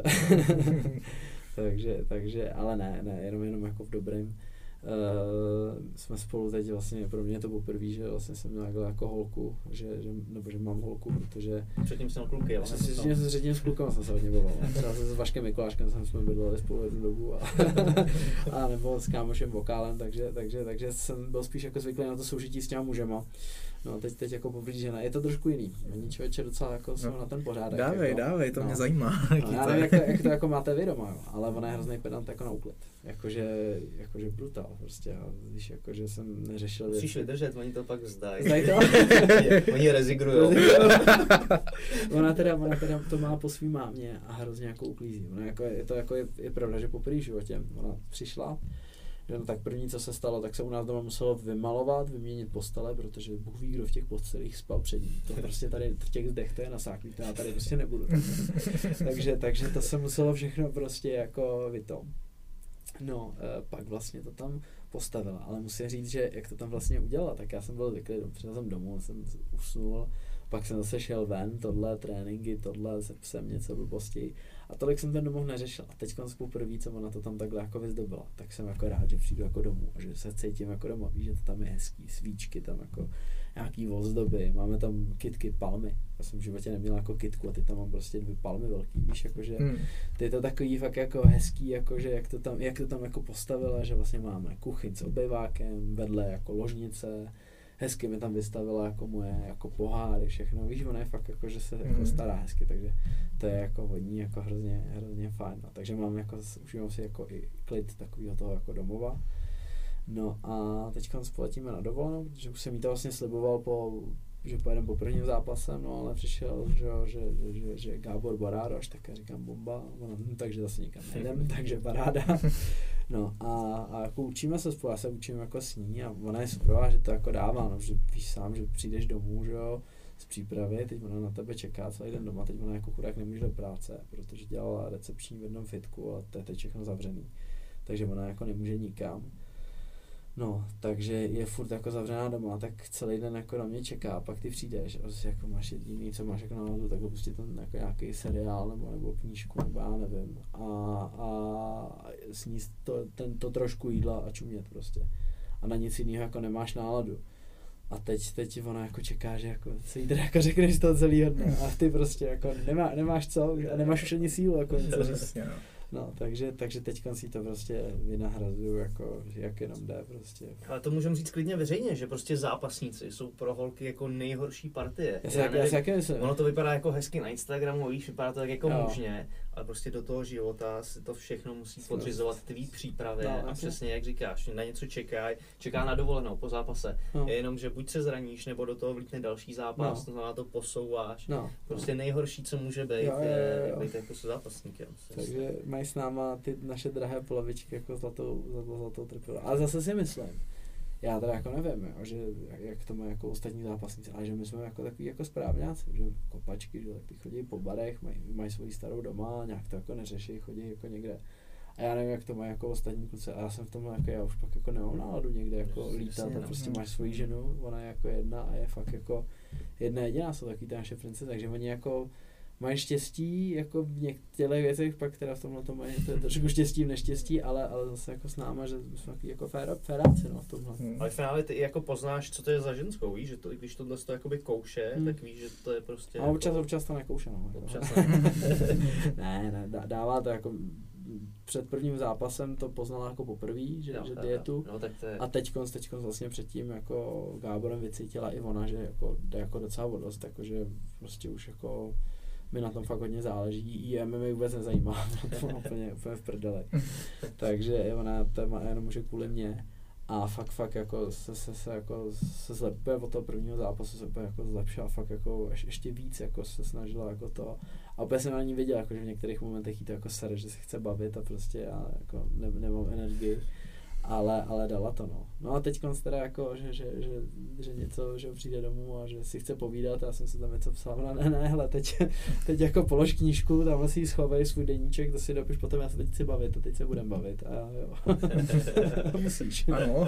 takže, ale ne, jenom jako v dobrém. Jsme spolu teď vlastně, pro mě to poprvé, že vlastně jsem měl jako holku, že mám holku, protože... Předtím jsem měl kluky, ale předtím s klukem jsem se hodně bavil. Třeba se s Vaškem Mikuláškem jsme bydleli spolu jednu dobu a nebo s kámošem Vokálem, takže jsem byl spíš jako zvyklý na to soužití s těma mužema. No teď jako poblížená, je to trošku jiný. Oni člověče docela jako jsou na ten pořádek. Dávej, to mě zajímá. No, já nevím, jak to jako máte vy doma, jo, ale ona je hrozný pedant jako na úklid. Jakože brutál. prostě a víš, jako, že jsem neřešil Musíš vydržet, oni to pak vzdají. Vzdají to? Oni rezigrujou. ona teda to má po svý mámě a hrozně jako uklízí. Ona jako je pravda, že poprvé v životě ona přišla, že no tak první, co se stalo, tak se u nás doma muselo vymalovat, vyměnit postele, protože Bůh ví, kdo v těch postelích spal před ní. To prostě tady v těch zdech to je nasáklý, to já tady prostě nebudu. takže to se muselo všechno prostě jako vytom. No, pak vlastně to tam postavila, ale musím říct, že jak to tam vlastně udělala, tak já jsem byl zvyklý, přišel jsem domů, jsem usnul, pak jsem zase šel ven, tohle, tréninky, tohle, se psem něco blbosti a tolik jsem ten domov neřešil. A teď poprvé, co ona to tam takhle jako vyzdobila, tak jsem jako rád, že přijdu jako domů a že se cítím jako doma, víš, že to tam je hezký, svíčky tam jako nějaký ozdoby, máme tam kytky, palmy. Já jsem v životě neměl jako kytku a ty tam mám prostě 2 palmy velký, víš, jakože ty je to takový fakt jako hezký, jakože jak to tam jako postavila, že vlastně máme kuchyň s obejvákem, vedle jako ložnice, hezky mi tam vystavila jako moje jako poháry, všechno, víš, ona je fakt jako, že se jako stará hezky, takže to je jako hodně jako hrozně fajn, no. Takže mám jako, užívám si jako i klid takového toho jako domova. No a teďka spoletíme na dovolenou, protože už jsem jí to vlastně sliboval že pojedeme po prvním zápasem, no ale přišel, že Gábor Baráda, tak já říkám bomba, takže zase nikam nejdem, takže paráda. No a jako učíme se spolu, já se učím jako s ní a ona je super, že to jako dává, no, že víš sám, že přijdeš domů, že jo, z přípravy, teď ona na tebe čeká celý den doma, teď ona jako chudák nemůže do práce, protože dělala recepční v jednom fitku a to je teď všechno zavřený, takže ona jako nemůže nikam. No, takže je furt jako zavřená doma, tak celý den jako na mě čeká, a pak ty přijdeš a prostě jako máš jediný, co máš jako náladu, tak pustit tam jako nějaký seriál nebo knížku, nebo já nevím, a sníst to trošku jídla a čumět prostě. A na nic jiného jako nemáš náladu. A teď ona jako čeká, že jako se jí teda jako řekneš toho celýho dne a ty prostě jako nemáš co a nemáš už ani sílu jako něco říct. No, takže teďka si to prostě vynahrazuju, jako, jak jenom jde prostě. Ale to můžeme říct klidně veřejně, že prostě zápasníci jsou pro holky jako nejhorší partie. Ono to vypadá jako hezky na Instagramu, víš, vypadá to tak jako mužně, ale prostě do toho života si to všechno musí podřizovat tvý přípravy a přesně jak říkáš, na něco čeká na dovolenou po zápase. Je jenom, že buď se zraníš, nebo do toho vlítne další zápas, to znamená to posouváš. Prostě nejhorší, co může být, je být jako se zápasníkem. Takže mají s náma ty naše drahé polovičky jako zlatou trpělo. Ale zase si myslím, já teda jako nevím, jo, že jak to mají jako ostatní zápasníci, ale že my jsme jako takový jako správňáci, že kopačky, že tak ty chodí po barech, mají svoji starou doma, nějak to jako neřeší, chodí jako někde. A já nevím, jak to mají jako ostatní kluci, a já jsem v tomhle jako, já už pak jako nemám náladu někde jako lítat a prostě máš svoji ženu, ona je jako jedna a je fakt jako jedna jediná, jsou takový ty naše princezny, takže oni jako mají štěstí jako v některých věcech, pak teda v tomhle to mají trošku štěstí v neštěstí, ale zase jako s náma, že jsme jako féráci, no, v tomhle. Ale v finále ty jako poznáš, co to je za ženskou, víš, že to, když tohle to jakoby kouše, tak víš, že to je prostě... A občas to nekouše, no. Občas ne, dává to jako... Před prvním zápasem to poznala jako poprvý, že dietu. No, tak to je... A teďkon vlastně předtím jako Gáborem vycítila i ona, že jako jde jako docela o dost, jakože prostě už jako mi na tom fakt hodně záleží. I MMA vůbec nezajímá, to úplně v prdeli. Takže ona to má jenom už kvůli mě. A fakt jako se zlepuje od toho prvního zápasu, se jako zlepšila, fakt jako ještě víc jako se snažila jako to. A opět jsem na ní viděl, jako, že v některých momentech jí to jako sere, že se chce bavit a prostě já jako nemám energii. Ale dala to, no. No a teď teda jako, že něco, že přijde domů a že si chce povídat, já jsem si tam něco psal, ne, hele, teď jako polož knížku, tam si ji schovej svůj deníček, to si dopiš, potom já se teď chci bavit a teď se budem bavit a jo. Musíš. Ano.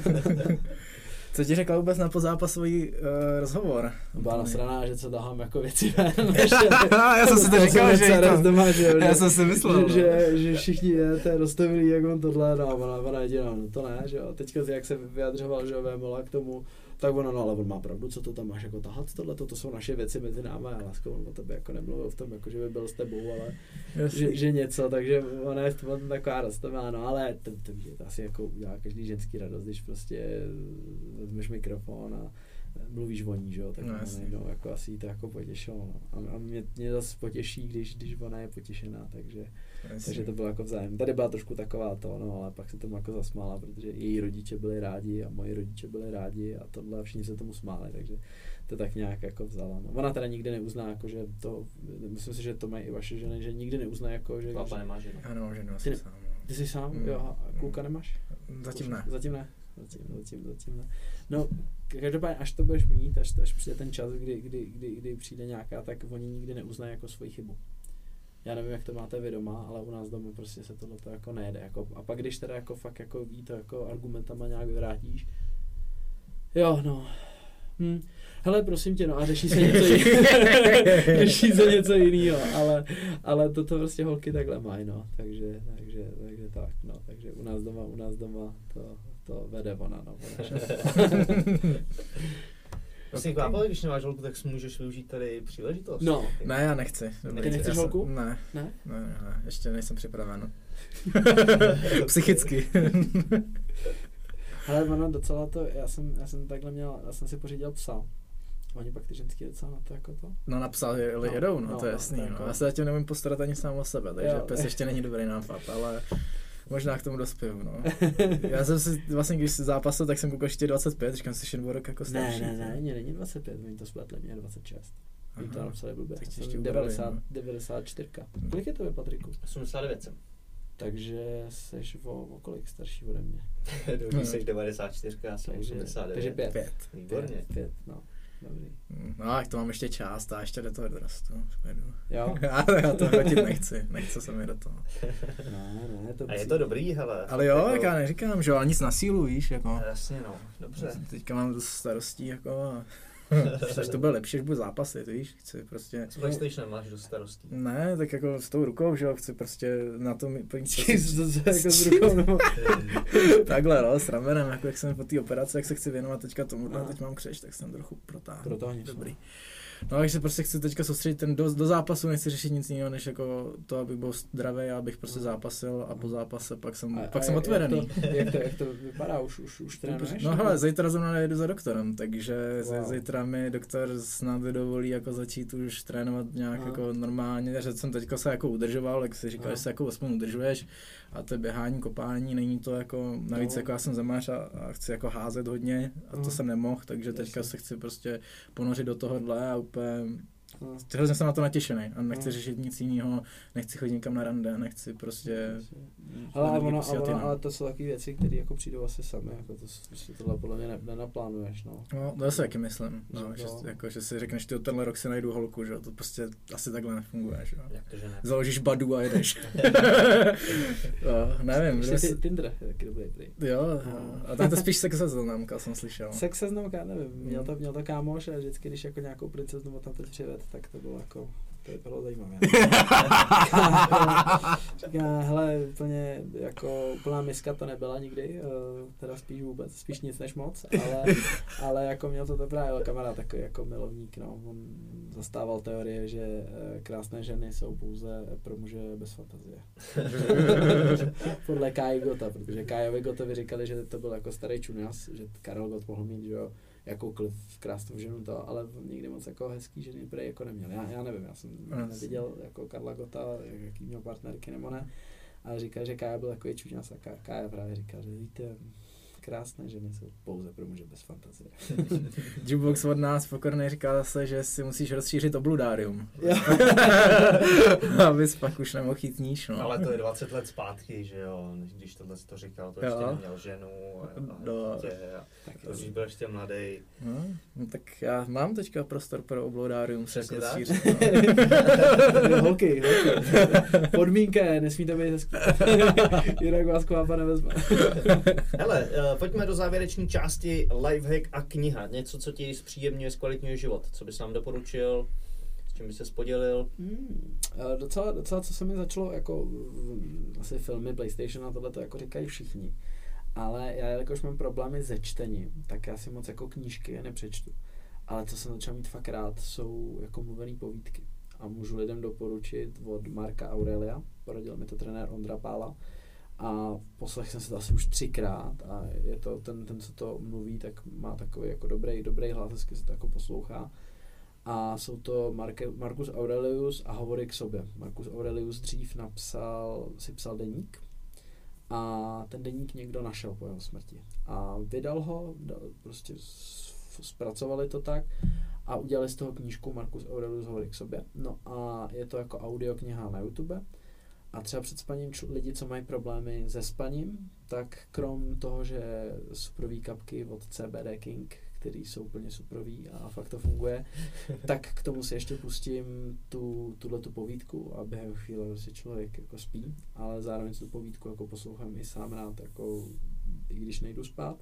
Co ti řekla vůbec na pozápasový rozhovor? Byla nasraná, že co tahám jako věci ven. Já jsem si to říkal, že já jsem si myslel. Že všichni to rozstavili, jak on tohle, no ona jediná, no to ne, že jo. Teďka jak se vyjadřoval, že jo, Vémola k tomu, tak ono, no ale on má pravdu, co to tam máš jako tahat tohle, to jsou naše věci mezi náma, já lásko, on o tebe jako nemluvil v tom, jako že by byl s tebou, ale že něco, takže ona je v tom taková roztomá, no ale to asi jako udělá každý ženský radost, když prostě vezmeš mikrofon a mluvíš o ní, že jo, tak no, jako asi to jako potěšilo, no. A mě zase potěší, když ona je potěšená, takže to bylo jako vzájem. Tady byla trošku taková to, no, ale pak se tomu jako zasmála, protože její rodiče byli rádi a moji rodiče byli rádi a tohle a všichni se tomu smáli, takže to tak nějak jako vzala. No. Ona teda nikdy neuzná, jako, že to, myslím si, že to mají i vaše ženy, že nikdy neuzná, jako, že... Papa nemá ženu. Ano, ženu jsem sám. Ty jsi sám? Jo, a kluka nemáš? Zatím ne. Zatím ne. No, každopádně, až to budeš mít, až přijde ten čas, kdy přijde nějaká, tak oni nikdy neuznají jako svoji chybu. Já nevím, jak to máte vy doma, ale u nás doma prostě se tohleto jako nejde. Jako, a pak když teda jako fakt jako ví to jako argumentama nějak vyvrátíš, jo, no. Hele, prosím tě, no a řeší se něco jiného, ale toto prostě holky takhle mají, no, takže tak, no, takže u nás doma to vede ona, no. Vlastně chápal, když nemáš holku, tak můžeš využít tady příležitost. No. Ne, já nechci. Ty nechceš holku? Ne. Ne? Ne, ještě nejsem připraven. Psychicky. Ale ono docela to, já jsem takhle měl, já jsem si pořídil psa. Oni pak ty ženský docela na to jako to? No na psa jedou, no to je jasný. No. Já se zatím nevím postarat ani sám o sebe, takže pes ještě není dobrý nápad, ale možná k tomu dospěju, no. Já jsem si vlastně, když zápasil, tak jsem koukal ještě 25, říkám si, že 2 roky jako starší. Ne, mě není 25, oni to spletli, mě je 26. Oni to napsali blbě, tak jsem 94. Kolik je to, Patriku? 89 jsem. Takže seš o kolik starší ode mě? Jsi 94, já jsem 89. Takže 5. Výborně. 5, no. Dobrý. No, jak to mám ještě část a ještě do toho dorastu. Jo? Já to hrotit nechci se mi do toho. Ne, to a je to dobrý, hele. Ale jo, jako... jak já neříkám, že jo, ale nic na sílu, víš, jako. Jasně, no, dobře. Teďka mám dost starostí, jako Až to bude lepší, až bude zápasit, víš, chci prostě... S PlayStationem máš dost starostí. Ne, tak jako s tou rukou, že jo, chci prostě na tom... jako s rukou, no. Takhle, no, s ramenem, jako jak jsem po té operaci, jak se chci věnovat teďka tomuhle, teď mám křeč, tak jsem trochu protáhl. Dobrý. No, takže se prostě chci teďka soustředit do zápasu, nechci řešit nic jiného, než jako to, abych byl zdravý, abych prostě zápasil a po zápase pak jsem otevřený. Jak to vypadá? Už trénuješ? No hele, zítra zrovna nejedu za doktorem, takže zítra mi doktor snad dovolí jako začít už trénovat nějak jako normálně, že jsem teďka se jako udržoval, jak si říkal, že se jako aspoň udržuješ a to je běhání, kopání, není to jako, navíc jako já jsem zamář a chci jako házet hodně a to jsem nemohl, takže teďka se chci prostě ponořit do tohohle a úplně hrozně jsem na to natěšený a nechci řešit nic jiného, nechci chodit nikam na rande, nechci prostě... Ale to jsou takové věci, které jako přijdou asi sami, jako tohle podle mě nenaplánuješ, no. No, to si taky myslím, no, že si řekneš, ty tenhle rok si najdu holku, že to prostě asi takhle nefunguje, že jo. Jak to, že ne? Založíš Badu a jedeš. No, nevím. Tinder je taky dobrý. Jo, a tak to spíš sexseznamka, jsem slyšel. Sexseznamka, nevím, měl to kámoš a vždycky, když jako nějakou princeznu tam teď přived, tak to bylo jako, to bylo zajímavé. Říká, hele, úplně jako úplná miska to nebyla nikdy, teda spíš nic než moc, ale jako měl to právě kamarád takový jako milovník, no, on zastával teorie, že krásné ženy jsou pouze pro muže bez fantazie. Podle Kai Gotta, protože Kajovi Gottovi říkali, že to byl jako starý čuňas, že Karel Gott mohl mít, že jo, jakoukoliv krásnou ženu to, ale nikdy moc jako hezký ženy prej jako neměl. Já nevím, já jsem neviděl jako Karla Gotta, jaký měl partnerky nebo ne, ale říkal, že Kája byl takový čuňas a Kája právě říkal, že víte, krásné ženy jsou pouze pro muže bez fantazie. Jukebox od nás pokornej říká zase, že si musíš rozšířit obludárium. Abys pak už nemohl jít níž, no. Ale to je 20 let zpátky, že jo, když tohle to říkal, to ještě neměl ženu a dítě a už byl ještě mladý. No, tak já mám teďka prostor pro obludárium se rozšířit. No. Holky. Podmínka je, nesmíte být hezký. Jinak vás kvápa nevezme. Hele, pojďme do závěrečné části lifehack a kniha. Něco, co ti zpříjemňuje, zkvalitňuje život. Co bys nám doporučil? S čím bys se podělil? Docela, co se mi začalo, jako asi filmy, PlayStation a tohle to jako říkají všichni. Ale já, jakož mám problémy se čtením, tak já si moc jako knížky nepřečtu. Ale co jsem začal mít fakt rád, jsou jako mluvený povídky. A můžu lidem doporučit od Marka Aurelia, poradil mi to trenér Ondra Pála. A poslech jsem se to asi už 3krát a je to ten, co to mluví, tak má takový jako dobrý hlas, hezky se to jako poslouchá. A jsou to Marcus Aurelius a Hovory k sobě. Marcus Aurelius dřív si psal deník a ten deník někdo našel po jeho smrti. A vydal ho, prostě zpracovali to tak a udělali z toho knížku Marcus Aurelius Hovory k sobě. No a je to jako audiokniha na YouTube. A třeba před spaním lidi, co mají problémy se spaním, tak krom toho, že suprový kapky od CBD King, který jsou úplně suprový a fakt to funguje, tak k tomu si ještě pustím tuhletu povídku a během chvíle prostě člověk jako spí, ale zároveň tu povídku jako poslouchám i sám rád, jako i když nejdu spát.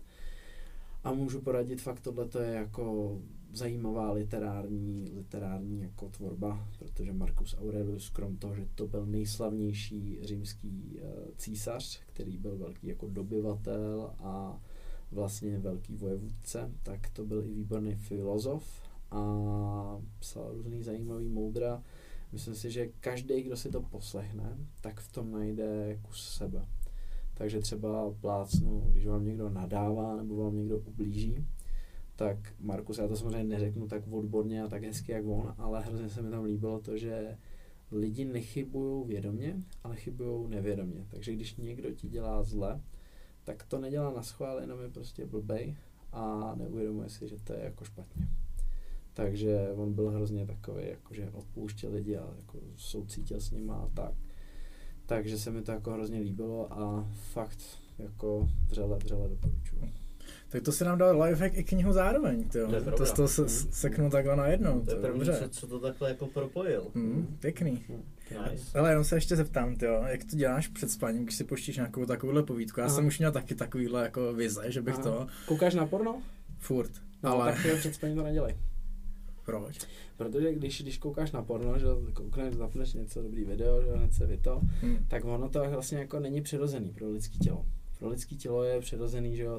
A můžu poradit, fakt tohleto je jako zajímavá literární jako tvorba, protože Marcus Aurelius, krom toho, že to byl nejslavnější římský císař, který byl velký jako dobyvatel a vlastně velký vojevůdce, tak to byl i výborný filozof a psal různý zajímavý moudra. Myslím si, že každý, kdo si to poslechne, tak v tom najde kus sebe. Takže třeba plácnu, když vám někdo nadává nebo vám někdo ublíží, tak Marcus, já to samozřejmě neřeknu tak odborně a tak hezky jak on, ale hrozně se mi tam líbilo to, že lidi nechybují vědomě, ale chybují nevědomě. Takže když někdo ti dělá zle, tak to nedělá na schvál, jenom je prostě blbej a neuvědomuje si, že to je jako špatně. Takže on byl hrozně takový, jakože odpouštěl lidi a jako soucítil s nima a tak. Takže se mi to jako hrozně líbilo a fakt jako vřele doporučuji. Tak to se nám dal lifehack i knihu zároveň, to z toho seknu takhle najednou. To je první, co to takhle jako propojil. Pěkný. Nice. Ale jenom se ještě zeptám, jak to děláš před spaním, když si pouštíš nějakou takovouhle povídku? Já jsem už měl taky takovýhle jako vize, že bych to... Koukáš na porno? Furt. No, ale... tak před spaním to nedělej. Proč? Protože když koukáš na porno, že koukneš, zapneš něco, dobrý video, že hned se vyto, tak ono to vlastně jako není přirozený pro lidský tělo. Pro lidský tělo je přirozený, že jo,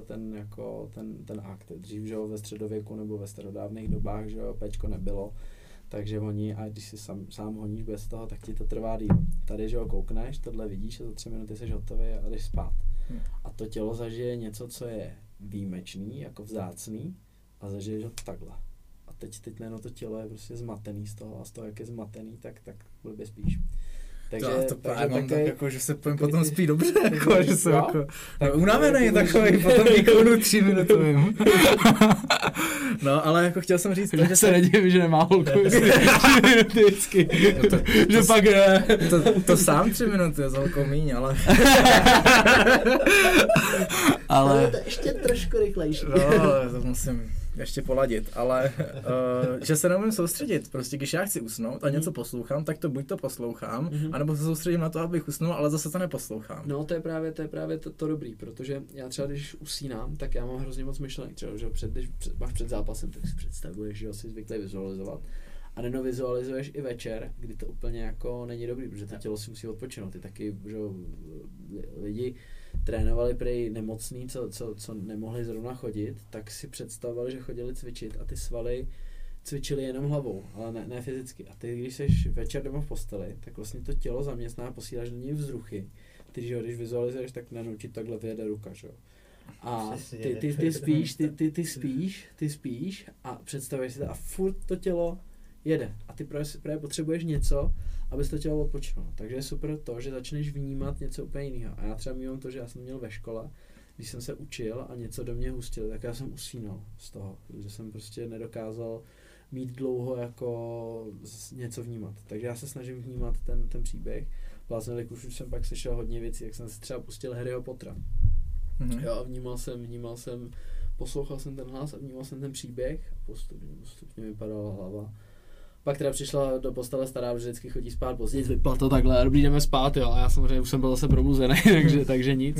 ten akt. Dřív, že jo, ve středověku nebo ve starodávných dobách, že jo, péčko nebylo. Takže oni, a když si sám honíš bez toho, tak ti to trvá díl. Tady, že jo, koukneš, tohle vidíš a za 3 minuty jsi hotový a jdeš spát. A to tělo zažije něco, co je výjimečný, jako vzácný a zažije to takhle. A teď najednou to tělo je prostě zmatený z toho a z toho, jak je zmatený, tak blbě spíš. Takže mám tak jako, že se potom spí dobře, jako, že jsem jako unavený takový po tom výkonu 3minutovým. No, ale jako chtěl jsem říct, že se nedivím, že nemá holku 3 minuty vždycky. Že pak je. To sám 3 minuty s holkou míň, ale... ale je to ještě trošku rychlejší. No, to musím ještě poladit, ale že se neumím soustředit. Prostě když já chci usnout a něco poslouchám, tak to buď to poslouchám, anebo se soustředím na to, abych usnul, ale zase to neposlouchám. No to je právě to dobrý, protože já třeba když usínám, tak já mám hrozně moc myšlenek, třeba, že když máš před zápasem, tak si představuješ, že jsi zvyklý vizualizovat. A vizualizuješ i večer, kdy to úplně jako není dobrý, protože to tělo si musí odpočinout. Ty taky, že lidi trénovali prej nemocný, co nemohli zrovna chodit, tak si představovali, že chodili cvičit a ty svaly cvičili jenom hlavou, ale ne fyzicky. A ty, když jsi večer doma v posteli, tak vlastně to tělo zaměstná, posíláš do něj vzruchy. Ty, že když vizualizuješ, tak nanoučit takhle vyjede ruka, že jo. A ty spíš a představuješ si to a furt to tělo jede. A ty právě potřebuješ něco, aby to tělo odpočinulo. Takže je super to, že začneš vnímat něco úplně jiného. A já třeba mívám to, že já jsem měl ve škole, když jsem se učil a něco do mě hustilo, tak já jsem usínal z toho, že jsem prostě nedokázal mít dlouho jako něco vnímat. Takže já se snažím vnímat ten příběh. Vlastně, už jsem pak slyšel hodně věcí, jak jsem si třeba pustil Harryho Pottera. Jo, vnímal jsem, poslouchal jsem ten hlas a vnímal jsem ten příběh a postupně vypadala hlava. Pak teda přišla do postele stará, že vždycky chodí spát později, vypla to takhle, dobrý, jdeme spát, jo, a já samozřejmě už jsem byl zase probuzený, takže nic,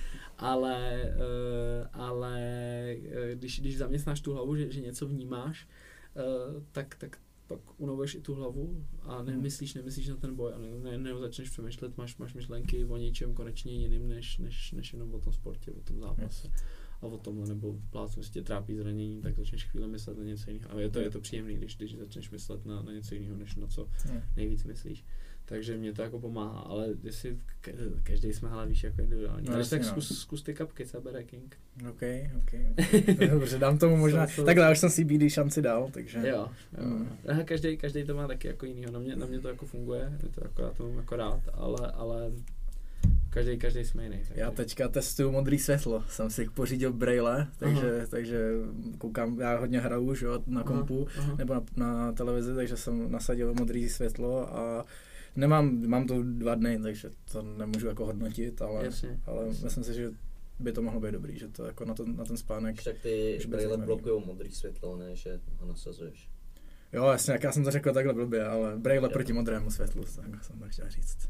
ale když zaměstnáš tu hlavu, že něco vnímáš, tak pak unavuješ i tu hlavu a nemyslíš na ten boj a ne začneš přemýšlet, máš myšlenky o něčem konečně jiným, než jenom o tom sportě, o tom zápase. A o tomhle nebo plácnu, si tě trápí zranění, tak začneš chvíli myslet na něco jiného. A je to příjemný, když začneš myslet na něco jiného, než na co nejvíc myslíš. Takže mě to jako pomáhá, ale jestli každý jsme, ale víš, jako individuální. No, Takže tak no. zkus ty kapky, co bere King. OK. Dobře, dám tomu možná, takhle já už jsem CBD šanci dal, takže. Jo. Každý to má taky jako jinýho, na mě to jako funguje, je to jako, já to mám jako rád, ale každý jsme jiný. Takže. Já teďka testuju modrý světlo, jsem si pořídil braille, takže koukám, já hodně hraju už jo, na kompu nebo na televizi, takže jsem nasadil modrý světlo a mám to 2 dny, takže to nemůžu jako hodnotit, ale myslím si, že by to mohlo být dobrý, že to jako na ten spánek. Tak ty braille blokujou modrý světlo, ne, že ho nasazuješ. Jo, jasně, jak já jsem to řekl takhle blbě, ale braille proti modrému světlu, tak jsem to chtěl říct.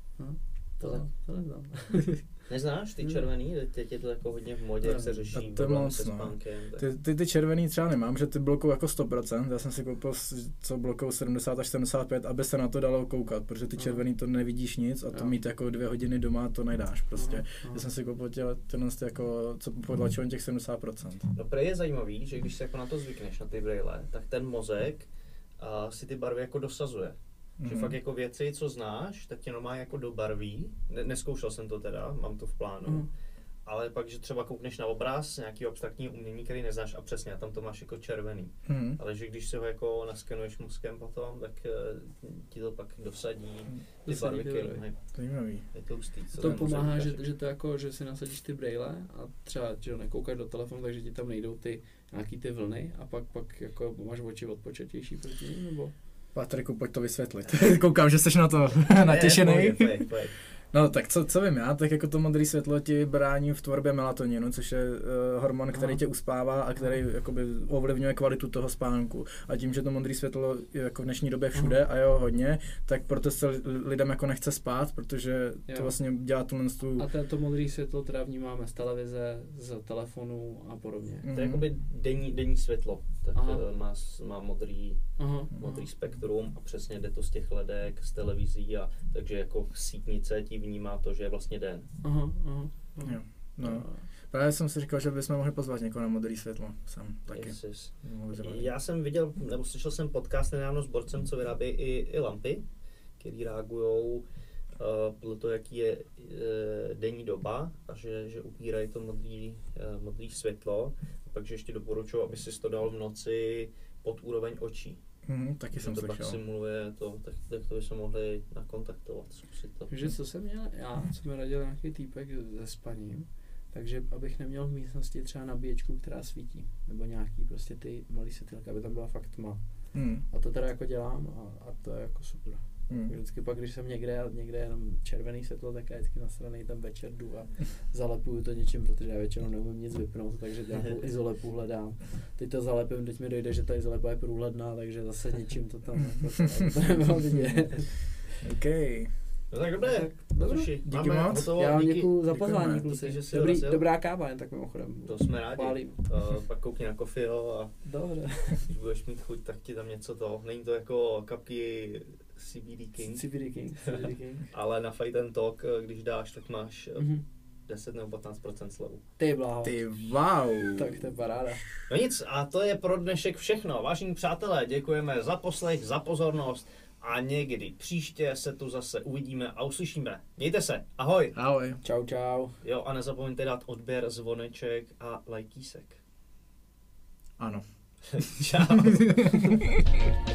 To neznám. Neznáš ty červený? Teď je to jako hodně v modě, jak se řeší problém se spánkem. Ty červený třeba nemám, že ty blokují jako 100%, já jsem si koupil, co blokují 70 až 75, aby se na to dalo koukat, protože ty červený to nevidíš nic a to mít jako 2 hodiny doma to nedáš prostě. Já jsem si koupil tyhle jako, co podlačují těch 70%. No prej je zajímavý, že když se jako na to zvykneš, na ty braille, tak ten mozek si ty barvy jako dosazuje. Že fakt jako věci, co znáš, tak tě normálně jako dobarví. Neskoušel jsem to teda, mám to v plánu. Ale pak, že třeba koukneš na obraz nějaký abstraktní umění, který neznáš a přesně, a tam to máš jako červený. Ale že když si ho jako naskenuješ mozkem potom, tak ti to pak dosadí ty barvy, které mají. Je to hustý. To pomáhá, že to jako, že si nasadíš ty braille a třeba, že nekoukáš do telefonu, takže ti tam nejdou nějaký ty vlny a pak jako máš oči odpočatější proti ním, nebo? Patriku, pojď to vysvětlit. Koukám, že jsi na to natěšený. No tak co vím já, tak jako to modré světlo ti brání v tvorbě melatoninu, což je hormon, který tě uspává a který jakoby ovlivňuje kvalitu toho spánku. A tím, že to modré světlo je jako v dnešní době všude a jo hodně, tak proto se lidem jako nechce spát, protože to vlastně dělá tu... A to modré světlo teda vnímáme z televize, z telefonu a podobně. To je jakoby denní světlo, tak má modrý spektrum a přesně jde to z těch ledek, z televizí a takže jako sítnice ti vnímá to, že je vlastně den. Jo, no. Právě jsem si říkal, že bychom mohli pozvat někoho na modrý světlo. Jsem taky. Yes. Já jsem viděl, nebo slyšel jsem podcast nedávno s borcem, co vyrábí i lampy, který reagujou podle toho, jaký je denní doba a že upírají to modrý světlo. Takže ještě doporučuji, aby si to dal v noci pod úroveň očí. Taky jsem slyšel. To pak simuluje to, tak to bychom mohli nakontaktovat, zkusit to. Takže co jsem měl, co mi radil nějaký týpek se spaním, takže abych neměl v místnosti třeba nabíječku, která svítí, nebo nějaký prostě ty malý světýlka, aby tam byla fakt tma. A to teda jako dělám a to je jako super. Vždycky pak, když jsem někde jenom červený světlo, tak já vždycky na straně tam večer jdu a zalepuju to něčím, protože já většinou neumím nic vypnout, takže nějakou izolepu hledám. Teď to zalepím, teď mi dojde, že ta izolepa je průhledná, takže zase něčím to tam to nebylo vidět. OK. No tak dobré. Díky moc. Já vám děkuju za pozvání, kluci. Dobrá káva, jen tak mimochodem. To jsme rádi. Pak koukni na Coffeeho a dobře. Když budeš mít chuť, tak ti tam něco to. Není to jako kapky CBD King. Ale na Fight and Talk, když dáš, tak máš 10 nebo 15% slevu. Ty bláho. Ty wow. Tak to je paráda. No nic, a to je pro dnešek všechno. Vážení přátelé, děkujeme za poslech, za pozornost a někdy příště se tu zase uvidíme a uslyšíme. Mějte se, ahoj. Ahoj. Čau. Jo, a nezapomeňte dát odběr, zvoneček a lajkísek. Ano. Čau.